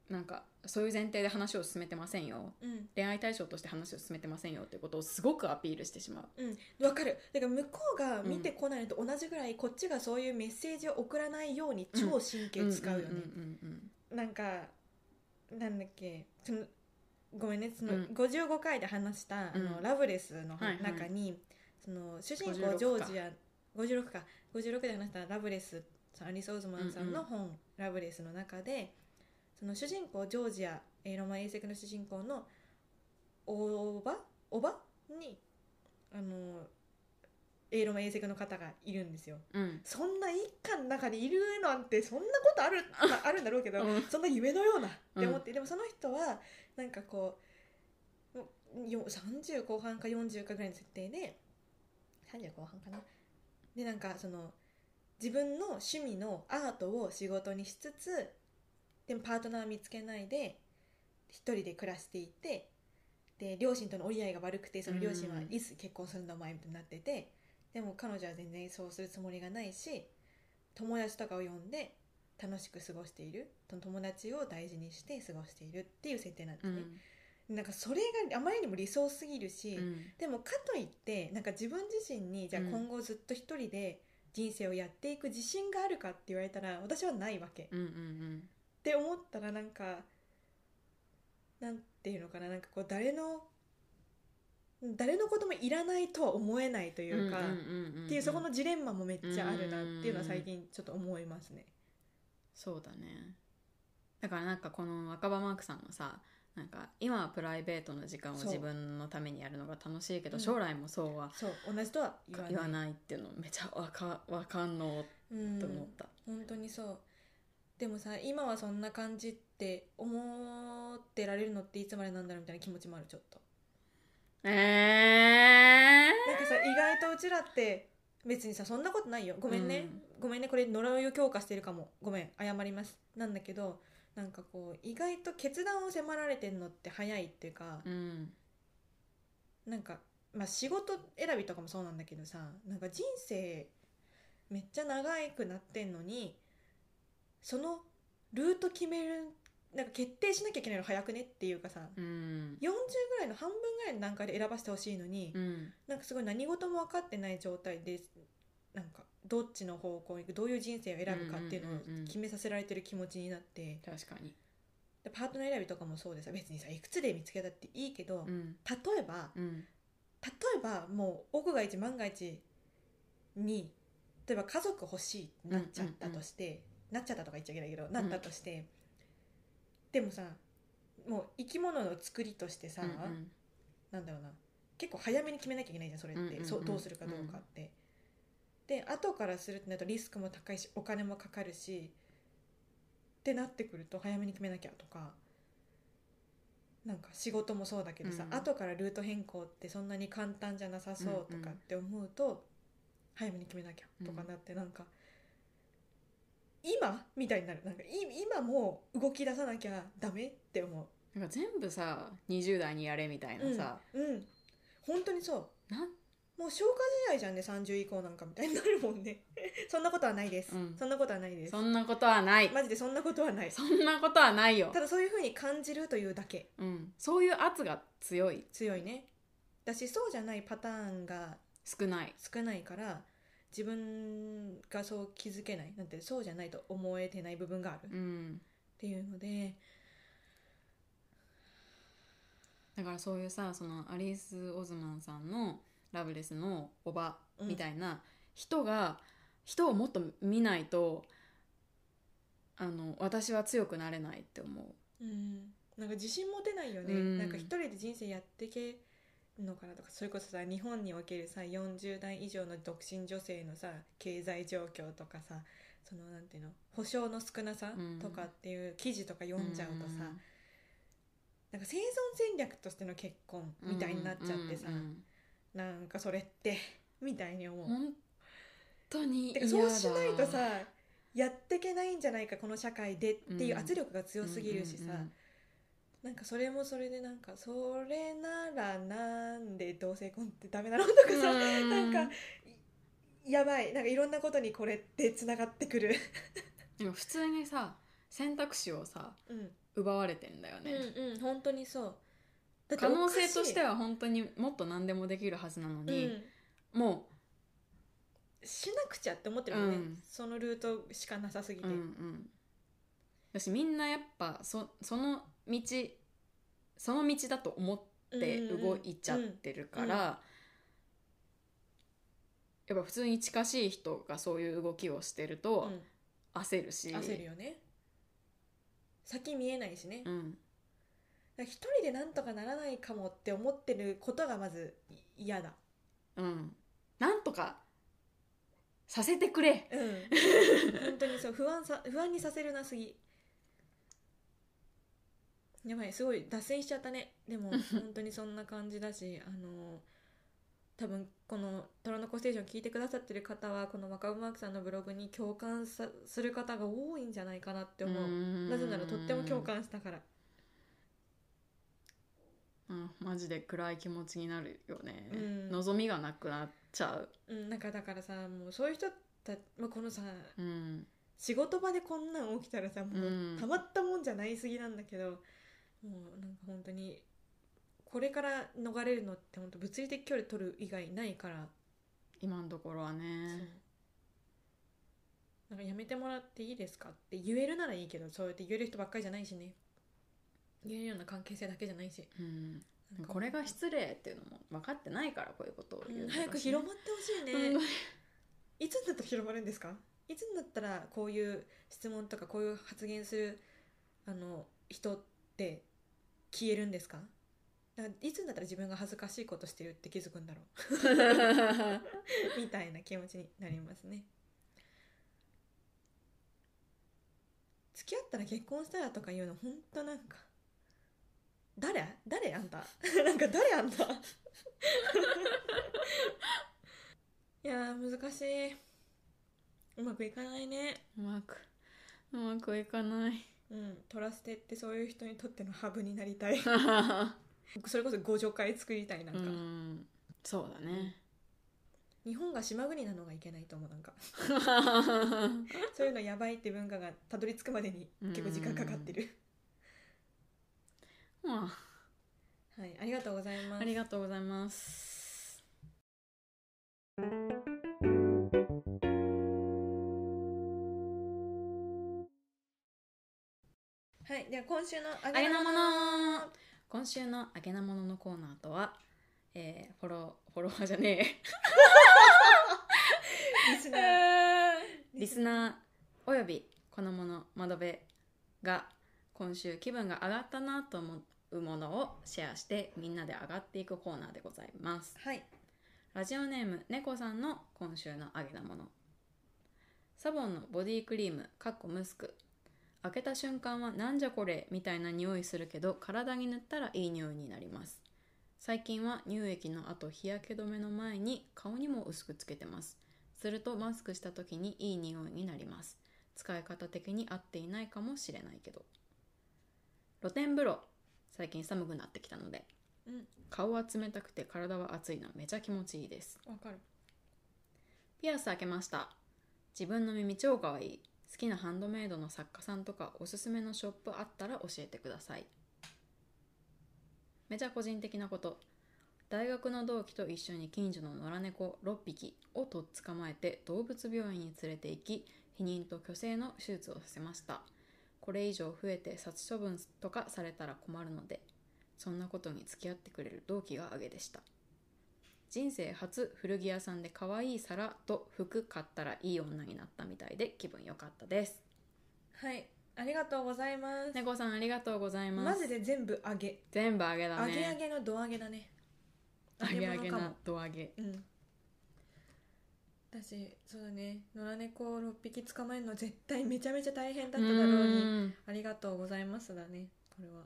なんかそういう前提で話を進めてませんよ、 うん、 恋愛対象として話を進めてませんよっていうことをすごくアピールしてしまう。 うん、わかる。だから向こうが見てこないのと同じぐらい、こっちがそういうメッセージを送らないように超神経使うよね。なんかなんだっけ、そのごめんね、そのごじゅうごかいで話した、うん、あのラブレスの中に、はいはい、その主人公ジョージアごじゅうろくかごじゅうろくで話したラブレス、アリス・オズマンさんの本、うんうん、ラブレスの中でその主人公ジョージア、ロマン永世の主人公のおばおばにあのエロマ永世の方がいるんですよ、うん、そんな一家の中にいるなんてそんなことあるあるんだろうけど、うん、そんな夢のようなって思って、うん、でもその人はなんかこうさんじゅうこう半かよんじゅうかぐらいの設定でさんじゅうこう半かなで、なんかその自分の趣味のアートを仕事にしつつでもパートナー見つけないで一人で暮らしていて、で両親との折り合いが悪くてその両親はいつ結婚するんだお前みたいになってて、でも彼女は全然そうするつもりがないし友達とかを呼んで楽しく過ごしている、友達を大事にして過ごしているっていう設定なんですね、うん、なんかそれがあまりにも理想すぎるし、うん、でもかといってなんか自分自身にじゃあ今後ずっと一人で人生をやっていく自信があるかって言われたら私はないわけ、うんうんうん、って思ったらなんかなんていうのかな、なんかこう誰の誰のこともいらないとは思えないというか、っていうそこのジレンマもめっちゃあるなっていうのは最近ちょっと思いますね。 そうだね。だからなんかこの若葉マークさんのさ、なんか今はプライベートの時間を自分のためにやるのが楽しいけど、将来もそうはそう同じとは言わない、 言わないっていうのめちゃわかわかんのって思った。 本当にそう。でもさ今はそんな感じって思ってられるのっていつまでなんだろうみたいな気持ちもあるちょっと。えー、なんかさ意外とうちらって別にさそんなことないよごめんね、うん、ごめんねこれ呪いを強化してるかもごめん謝りますなんだけどなんかこう意外と決断を迫られてんのって早いっていうか、うん、なんかまあ仕事選びとかもそうなんだけどさなんか人生めっちゃ長くなってんのにそのルート決めるなんか決定しなきゃいけないの早くねっていうかさ、うん、よんじゅうぐらいの半分ぐらいの段階で選ばせてほしいのに、うん、なんかすごい何事も分かってない状態でなんかどっちの方向に行くどういう人生を選ぶかっていうのを決めさせられてる気持ちになって、 うんうんうん、確かにでパートナー選びとかもそうでさ別にさいくつで見つけたっていいけど、うん、例えば、うん、例えばもう億が一万が一に例えば家族欲しいなっちゃったとして、うんうんうん、なっちゃったとか言っちゃいけないけどなったとして、うんでもさもう生き物の作りとしてさ、うんうん、なんだろうな結構早めに決めなきゃいけないじゃんそれって、うんうんうん、そうどうするかどうかって、うん、で後からするってなるとリスクも高いしお金もかかるしってなってくると早めに決めなきゃとかなんか仕事もそうだけどさ、うん、後からルート変更ってそんなに簡単じゃなさそうとかって思うと、うんうん、早めに決めなきゃとかなってなんか今みたいになるなんか今もう動き出さなきゃダメって思うなんか全部さにじゅう代にやれみたいなさうん、うん、本当にそうなもう消化試合じゃんねさんじゅう以降なんかみたいになるもんねそんなことはないです、うん、そんなことはないですそんなことはないマジでそんなことはないそんなことはないよただそういう風に感じるというだけ、 うん、そういう圧が強い強いねだしそうじゃないパターンが少ない少ないから自分がそう気づけないなんてそうじゃないと思えてない部分がある、うん、っていうのでだからそういうさそのアリス・オズマンさんのラブレスのおばみたいな人が、うん、人をもっと見ないとあの私は強くなれないって思う、 うん、なんか自信持てないよね、うん、なんか一人で人生やってけのかなとかそれこそさ日本におけるさよんじゅう代以上の独身女性のさ経済状況とかさそのなんていうの保障の少なさとかっていう記事とか読んじゃうとさ、うん、なんか生存戦略としての結婚みたいになっちゃってさ、うんうんうん、なんかそれってみたいに思う本当に嫌だそうしないとさやってけないんじゃないかこの社会でっていう圧力が強すぎるしさ、うんうんうんうんなんかそれもそれでなんかそれならなんで同性婚ってダメなのとかさなんかやばいなんかいろんなことにこれってつながってくるでも普通にさ選択肢をさ、うん、 奪われてんだよね、 うんうん、本当にそう。 だって可能性としては本当にもっと何でもできるはずなのに、うん、もうしなくちゃって思ってるよね、うん、そのルートしかなさすぎて、うんうん、 私みんなやっぱ そ, その道その道だと思って動いちゃってるから、うんうんうん、やっぱ普通に近しい人がそういう動きをしてると焦るし、 うん、焦るよね。先見えないしね、 うん、 一人でなんとかならないかもって思ってることがまず嫌だ。 うん、なんとかさせてくれ、 うん、本当にそう不安さ不安にさせるなすぎ。やばい、すごい脱線しちゃったね。でも本当にそんな感じだし、あの多分この虎の子ステーション聞いてくださってる方はこの若尾マークさんのブログに共感さする方が多いんじゃないかなって思う。うなぜならとっても共感したから。 うん、マジで暗い気持ちになるよね、うん、望みがなくなっちゃう、 うん、なんかだからさ、もうそういう人た、まあ、このさ、 うん、 仕事場でこんなん起きたらさ、もうたまったもんじゃないすぎなんだけど、もうなんか本当にこれから逃れるのって本当物理的距離取る以外ないから、 今のところはね。 なんかやめてもらっていいですかって言えるならいいけど、そうやって言える人ばっかりじゃないしね、言えるような関係性だけじゃないし、 うん、これが失礼っていうのも分かってないからこういうことを言う、ね、うん、 早く広まってほしいね、うん、いつになったら広まるんですか？いつになったらこういう質問とかこういう発言するあの人って消えるんですか？だからいつになったら自分が恥ずかしいことしてるって気づくんだろうみたいな気持ちになりますね。付き合ったら結婚したらとか言うのほんとなんか誰誰あんたなんか誰あんたいやー難しい、うまくいかないね。 うまくうまくいかない。 うん、トラステってそういう人にとってのハブになりたいそれこそご助会作りたい。なんかうん、 そうだね、 日本が島国なのがいけないと思う。なんかそういうのやばいって文化がたどり着くまでに結構時間かかってるまあ、はい、ありがとうございます。 ありがとうございます。 はい、では今週のあげなもの。今週のあげなもののコーナーとは、えー、フォローフォロワーじゃねえリスナーリスナーおよびこのもの窓辺が今週気分が上がったなと思うものをシェアしてみんなで上がっていくコーナーでございます。 はい。 ラジオネーム猫さんの今週のあげなもの。サボンのボディクリームかっこムスク。開けた瞬間はなんじゃこれみたいな匂いするけど体に塗ったらいい匂いになります。最近は乳液の後日焼け止めの前に顔にも薄くつけてます。するとマスクした時にいい匂いになります。使い方的に合っていないかもしれないけど。露天風呂、最近寒くなってきたので、うん、顔は冷たくて体は熱いのめちゃ気持ちいいです。 わかる。 ピアス開けました。自分の耳超かわいい。好きなハンドメイドの作家さんとかおすすめのショップあったら教えてください。めちゃ個人的なこと。大学の同期と一緒に近所の野良猫ろっぴきをとっ捕まえて動物病院に連れて行き、避妊と去勢の手術をさせました。これ以上増えて殺処分とかされたら困るので、そんなことに付き合ってくれる同期があげでした。人生初古着屋さんで可愛い皿と服買ったらいい女になったみたいで気分良かったです。 はい、ありがとうございます。 猫さんありがとうございます。 マジで全部あげ。 全部あげだね。 あげあげのどあげだね。 あげあげなどあげ。 うん。私そうだね、野良猫をろっぴき捕まえるの絶対めちゃめちゃ大変だっただろうに、ありがとうございますだね。これは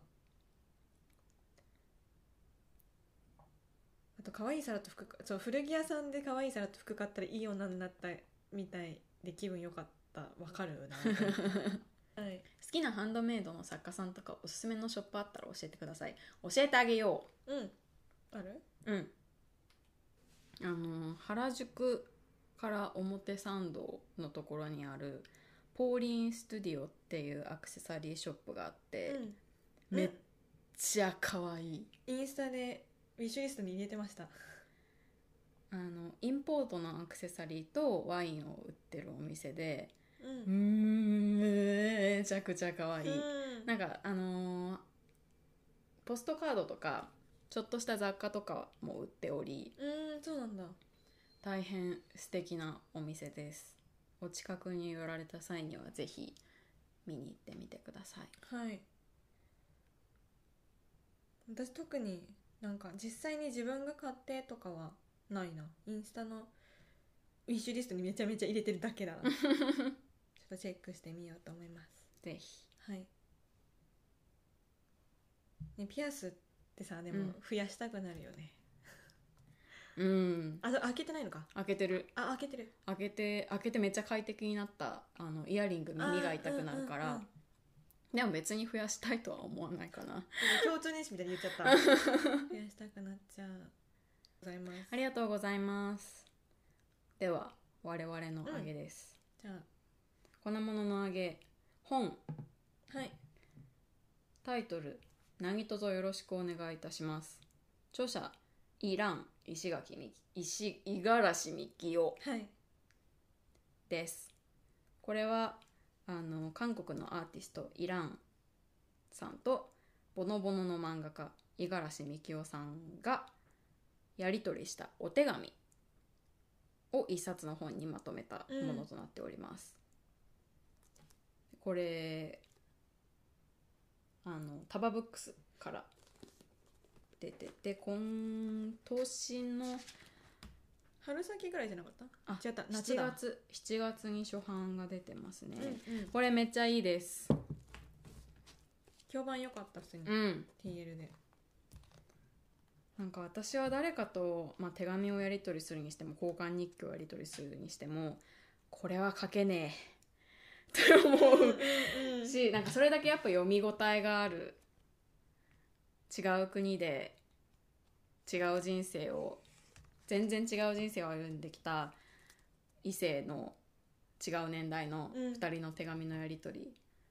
あと可愛い皿と服、そう古着屋さんで可愛い皿と服買ったらいい女になったみたいで気分良かった。わかるな、はい、 好きなハンドメイドの作家さんとかおすすめのショップあったら教えてください。教えてあげよう。うん、ある？ うんあの原宿から表参道のところにあるポーリンスタジオっていうアクセサリーショップがあって、 うん、 めっちゃ可愛い。 インスタでウィッシュリストに入れてました。 あのインポートのアクセサリーとワインを売ってるお店で、 うん、 うーんめちゃくちゃ可愛い、 うん、 なんかあのー、ポストカードとかちょっとした雑貨とかも売っており、 うん、そうなんだ。 大変素敵なお店です。お近くに寄られた際にはぜひ見に行ってみてください。 はい。私特になんか実際に自分が買ってとかはないな。インスタのウィッシュリストにめちゃめちゃ入れてるだけだな。ちょっとチェックしてみようと思います。 ぜひ。 はい。ね、ピアスってさ、でも増やしたくなるよね。 うん。 あ、開けてないのか。 開けてる。 あ、開けてる。 開けて開けてめっちゃ快適になった。あのイヤリング耳が痛くなるから。うんうんうん、でも別に増やしたいとは思わないかな。 共通認識みたいに言っちゃった。増やしたくなっちゃう。ございます。 ありがとうございます。では我々のあげです。 うん、じゃあ粉物のあげ本。 はい。 タイトル何卒よろしくお願いいたします。著者イラン石垣み石五十嵐美樹夫です。これはあの韓国のアーティストイランさんとボノボノの漫画家五十嵐美樹夫さんがやり取りしたお手紙を一冊の本にまとめたものとなっております。うん、これあのタバブックスから出てて、今年の春先ぐらいじゃなかった？ あ、 違った、夏 7 だ。 月しちがつに初版が出てますね。 うんうん、 これめっちゃいいです。 評判良かった普通に。 うん。 ティーエル で。 なんか私は誰かと、まあ、手紙をやり取りするにしても交換日記をやり取りするにしてもこれは書けねえって思うし、なんかそれだけやっぱ読み応えがある。違う国で違う人生を全然違う人生を歩んできた異性の違う年代のふたりの手紙のやり取り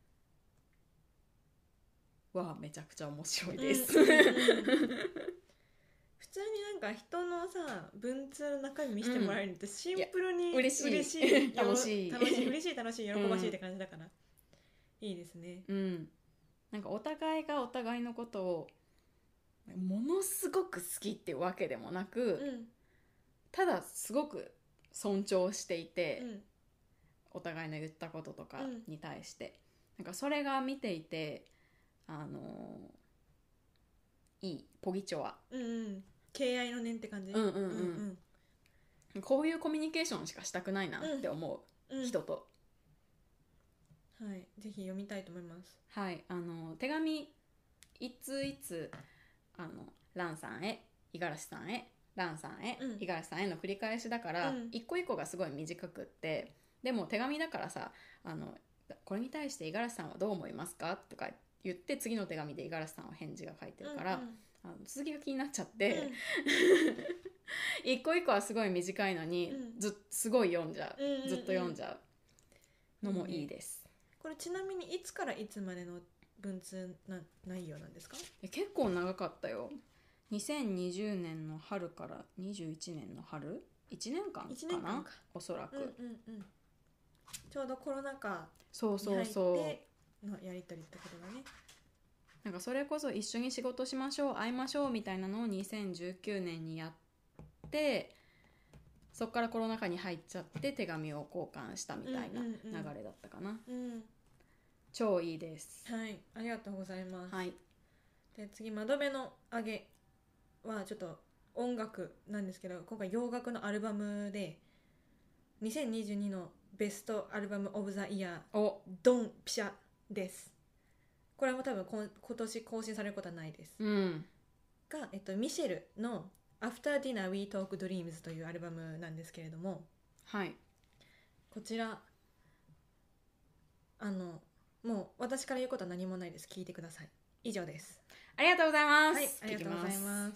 はめちゃくちゃ面白いです、うんうんうん、 普通になんか人のさ文通の中身見せてもらえるのってシンプルに嬉しい、 嬉しい楽しい楽しい嬉しい楽しい喜ばしいって感じだから、うん、いいですね。 うん、なんかお互いがお互いのことをものすごく好きっていうわけでもなく、 うん、ただすごく尊重していて、 うん、 お互いの言ったこととかに対して、うん、なんかそれが見ていてあのー、いいポギチョは、 うんうん、敬愛の念って感じ、 うんうんうんうんうん、こういうコミュニケーションしかしたくないなって思う、うん、人と、 はい、ぜひ読みたいと思います。 はい、あの手紙いついつあのランさんへ五十嵐さんへランさんへ、うん、五十嵐さんへの繰り返しだから、うん、一個一個がすごい短くって、でも手紙だからさあのこれに対して五十嵐さんはどう思いますかとか言って次の手紙で五十嵐さんは返事が書いてるから、うんうん、あの続きが気になっちゃって、うん、一個一個はすごい短いのに、うん、ずすごい読んじゃう、うんうんうん、ずっと読んじゃうのもいいです、 うん、これちなみにいつからいつまでの文通な内容なんですか？ 結構長かったよ。にせんにじゅうねんの春からにじゅういちねんの春いちねんかんかな、いちねんかんかおそらく、 うんうんうん、ちょうどコロナ禍に入ってそうそうそうのやり取りってことだね。 なんかそれこそ一緒に仕事しましょう会いましょうみたいなのをにせんじゅうきゅうねんにやって、そっからコロナ禍に入っちゃって手紙を交換したみたいな流れだったかな、 うんうんうん、 超いいです。 はい、ありがとうございます、 はい、 で次窓辺のあげはちょっと音楽なんですけど、今回洋楽のアルバムでにせんにじゅうにのベストアルバムオブザイヤードンピシャです。これも多分こ今年更新されることはないです、 うん、 が、えっと、ミシェルの After Dinner We Talk Dreams というアルバムなんですけれども、 はい、 こちらあのもう私から言うことは何もないです。聞いてください。以上です。 ありがとうございます。 はい、ありがとうございます。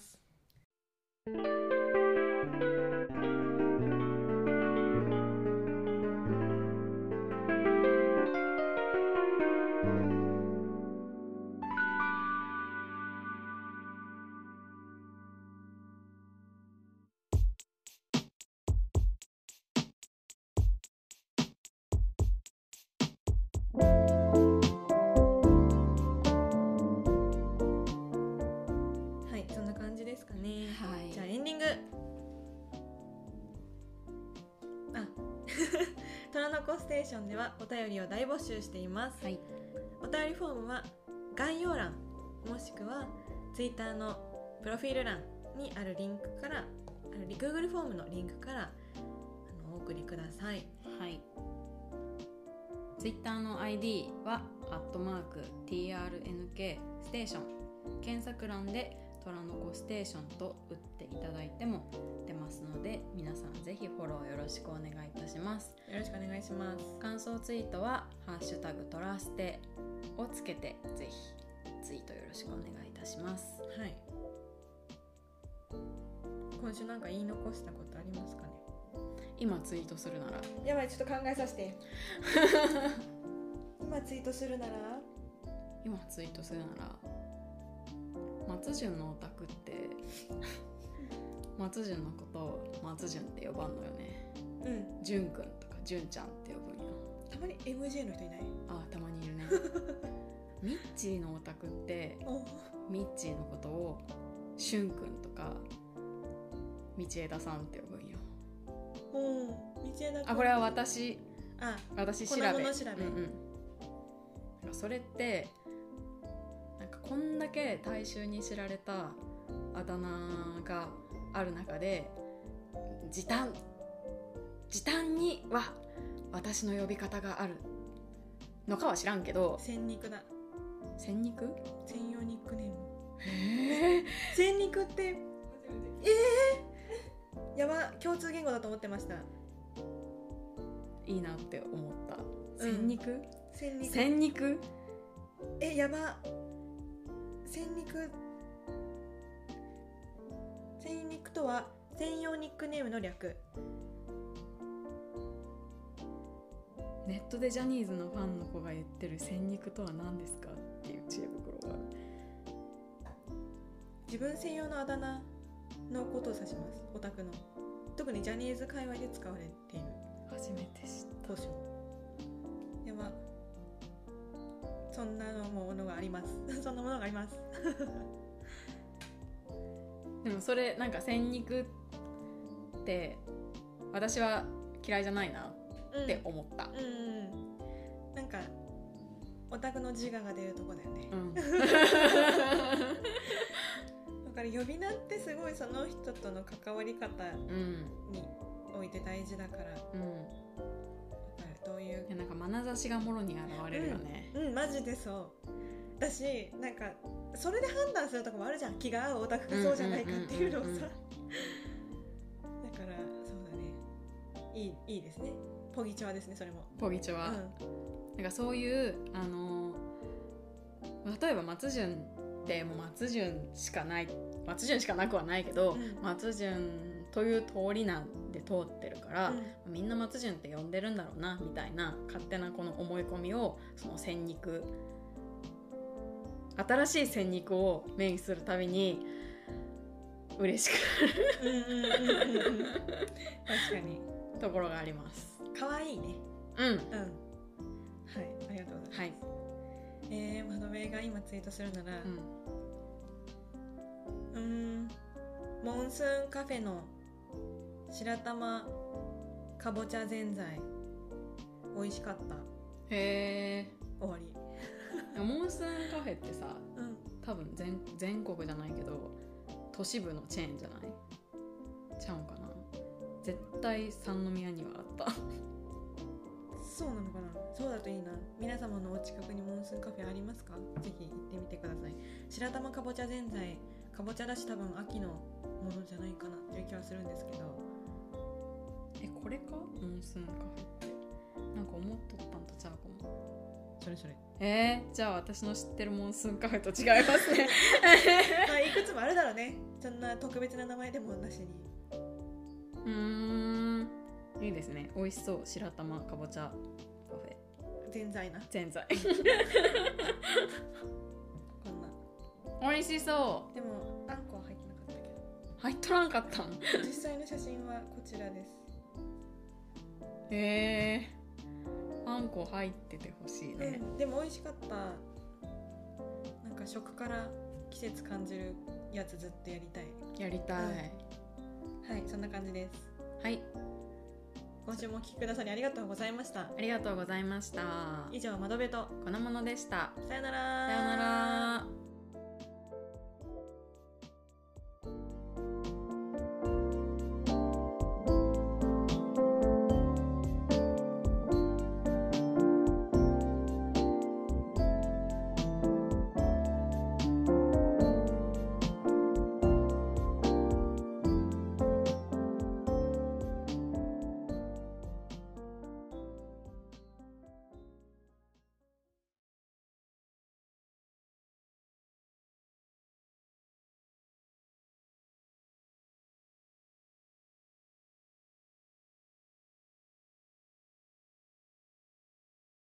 虎の子ステーションではお便りを大募集しています、 はい、 お便りフォームは概要欄もしくは Twitter のプロフィール欄にあるリンクから、あの Google フォームのリンクからあのお送りください。 はい、Twitter の アイディー はアットマーク ティーアールエヌケー ステーション、検索欄で虎の子ステーションと打っていただいても出ますので、皆さんぜひフォローよろしくお願いいたします。 よろしくお願いします。 感想ツイートはハッシュタグトラステをつけてぜひツイートよろしくお願いいたします。 はい、今週なんか言い残したことありますかね。 今ツイートするなら、 やばい、ちょっと考えさせて今ツイートするなら今ツイートするなら松潤のオタクって松潤のことを松潤って呼ばんのよね。 うん、 潤くんとか潤ちゃんって呼ぶんよ。 たまに エムジェー の人いない？ ああ、たまにいるねミッチーのオタクってミッチーのことをしゅんくんとか道枝さんって呼ぶんよ。 お道枝くん。 あ、これは私あ私調べ粉物調べ、 うんうん、なんかそれってなんかこんだけ大衆に知られたあだ名がある中で、時短時短には私の呼び方があるのかは知らんけど、 千肉だ。 千肉？ 専用ニックネーム。 へえ。 千肉ってえー、やば、共通言語だと思ってました。 いいなって思った。千肉？うん、 千肉。 千肉？ え、やば。千肉。千肉とは専用ニックネームの略。 ネットでジャニーズのファンの子が言ってる千肉とは何ですかっていう知恵袋が。 自分専用のあだ名のことを指します。オタクの。特にジャニーズ界隈で使われている。 初めて知った。 当初。やば。そんなのものがあります。そんなものがあります。 でもそれなんか千肉って私は嫌いじゃないなって思った。 うん、うん、なんかオタクの自我が出るとこだよね。うん、だから呼び名ってすごいその人との関わり方において大事だから。うん。どういう。 いや、なんか眼差しがもろに現れるよね。 うん、うん、マジでそう。だし、なんかそれで判断するとこもあるじゃん。気が合うオタクそうじゃないかっていうのをさ。だからそうだね。いいいいですね。ポギチョワですね、それも。 ポギチョワ、うん、なんかそういうあの例えば松潤ってもう松潤しかない松潤しかなくはないけど、うん、松潤という通りなんで通ってるから、うん、みんな松潤って呼んでるんだろうなみたいな勝手なこの思い込みをその千肉新しい千肉を目にするたびに嬉しくなる確かにところがあります。 可愛いね。 うんうん。はい、 ありがとうございます。はい。えー、まどめが今ツイートするなら、うん、うーん、モンスーンカフェの白玉かぼちゃぜんざい美味しかった。 へー、 終わり。 モンスーンカフェってさ、 うん、 多分 全, 全国じゃないけど都市部のチェーンじゃない？ちゃうんかな。絶対三宮にはあった。 そうなのかな。そうだといいな。皆様のお近くにモンスーンカフェありますか？ぜひ行ってみてください。白玉かぼちゃぜんざい、かぼちゃだし多分秋のものじゃないかなっていう気はするんですけど。 え、これか？モンスーンカフェってなんか思っとったんとちゃうかも。 それそれ。 えー、じゃあ私の知ってるモンスーンカフェと違いますね。 まあいくつもあるだろうね。そんな特別な名前でもなしに。 うーん、いいですね。美味しそう。白玉かぼちゃカフェ。 ぜんざいな。 ぜんざい。 こんな。 美味しそう。 でもあんこは入ってなかったけど。 入っとらんかったん？ 実際の写真はこちらです。 へえー、あんこ入っててほしいね、 うん。でも美味しかった。なんか食から季節感じるやつずっとやりたい。 やりたい。うん、 はい、そんな感じです。 はい。 今週もお聞きくださりありがとうございました。 ありがとうございました。 以上、窓辺とこのものでした。 さよなら。 さよなら。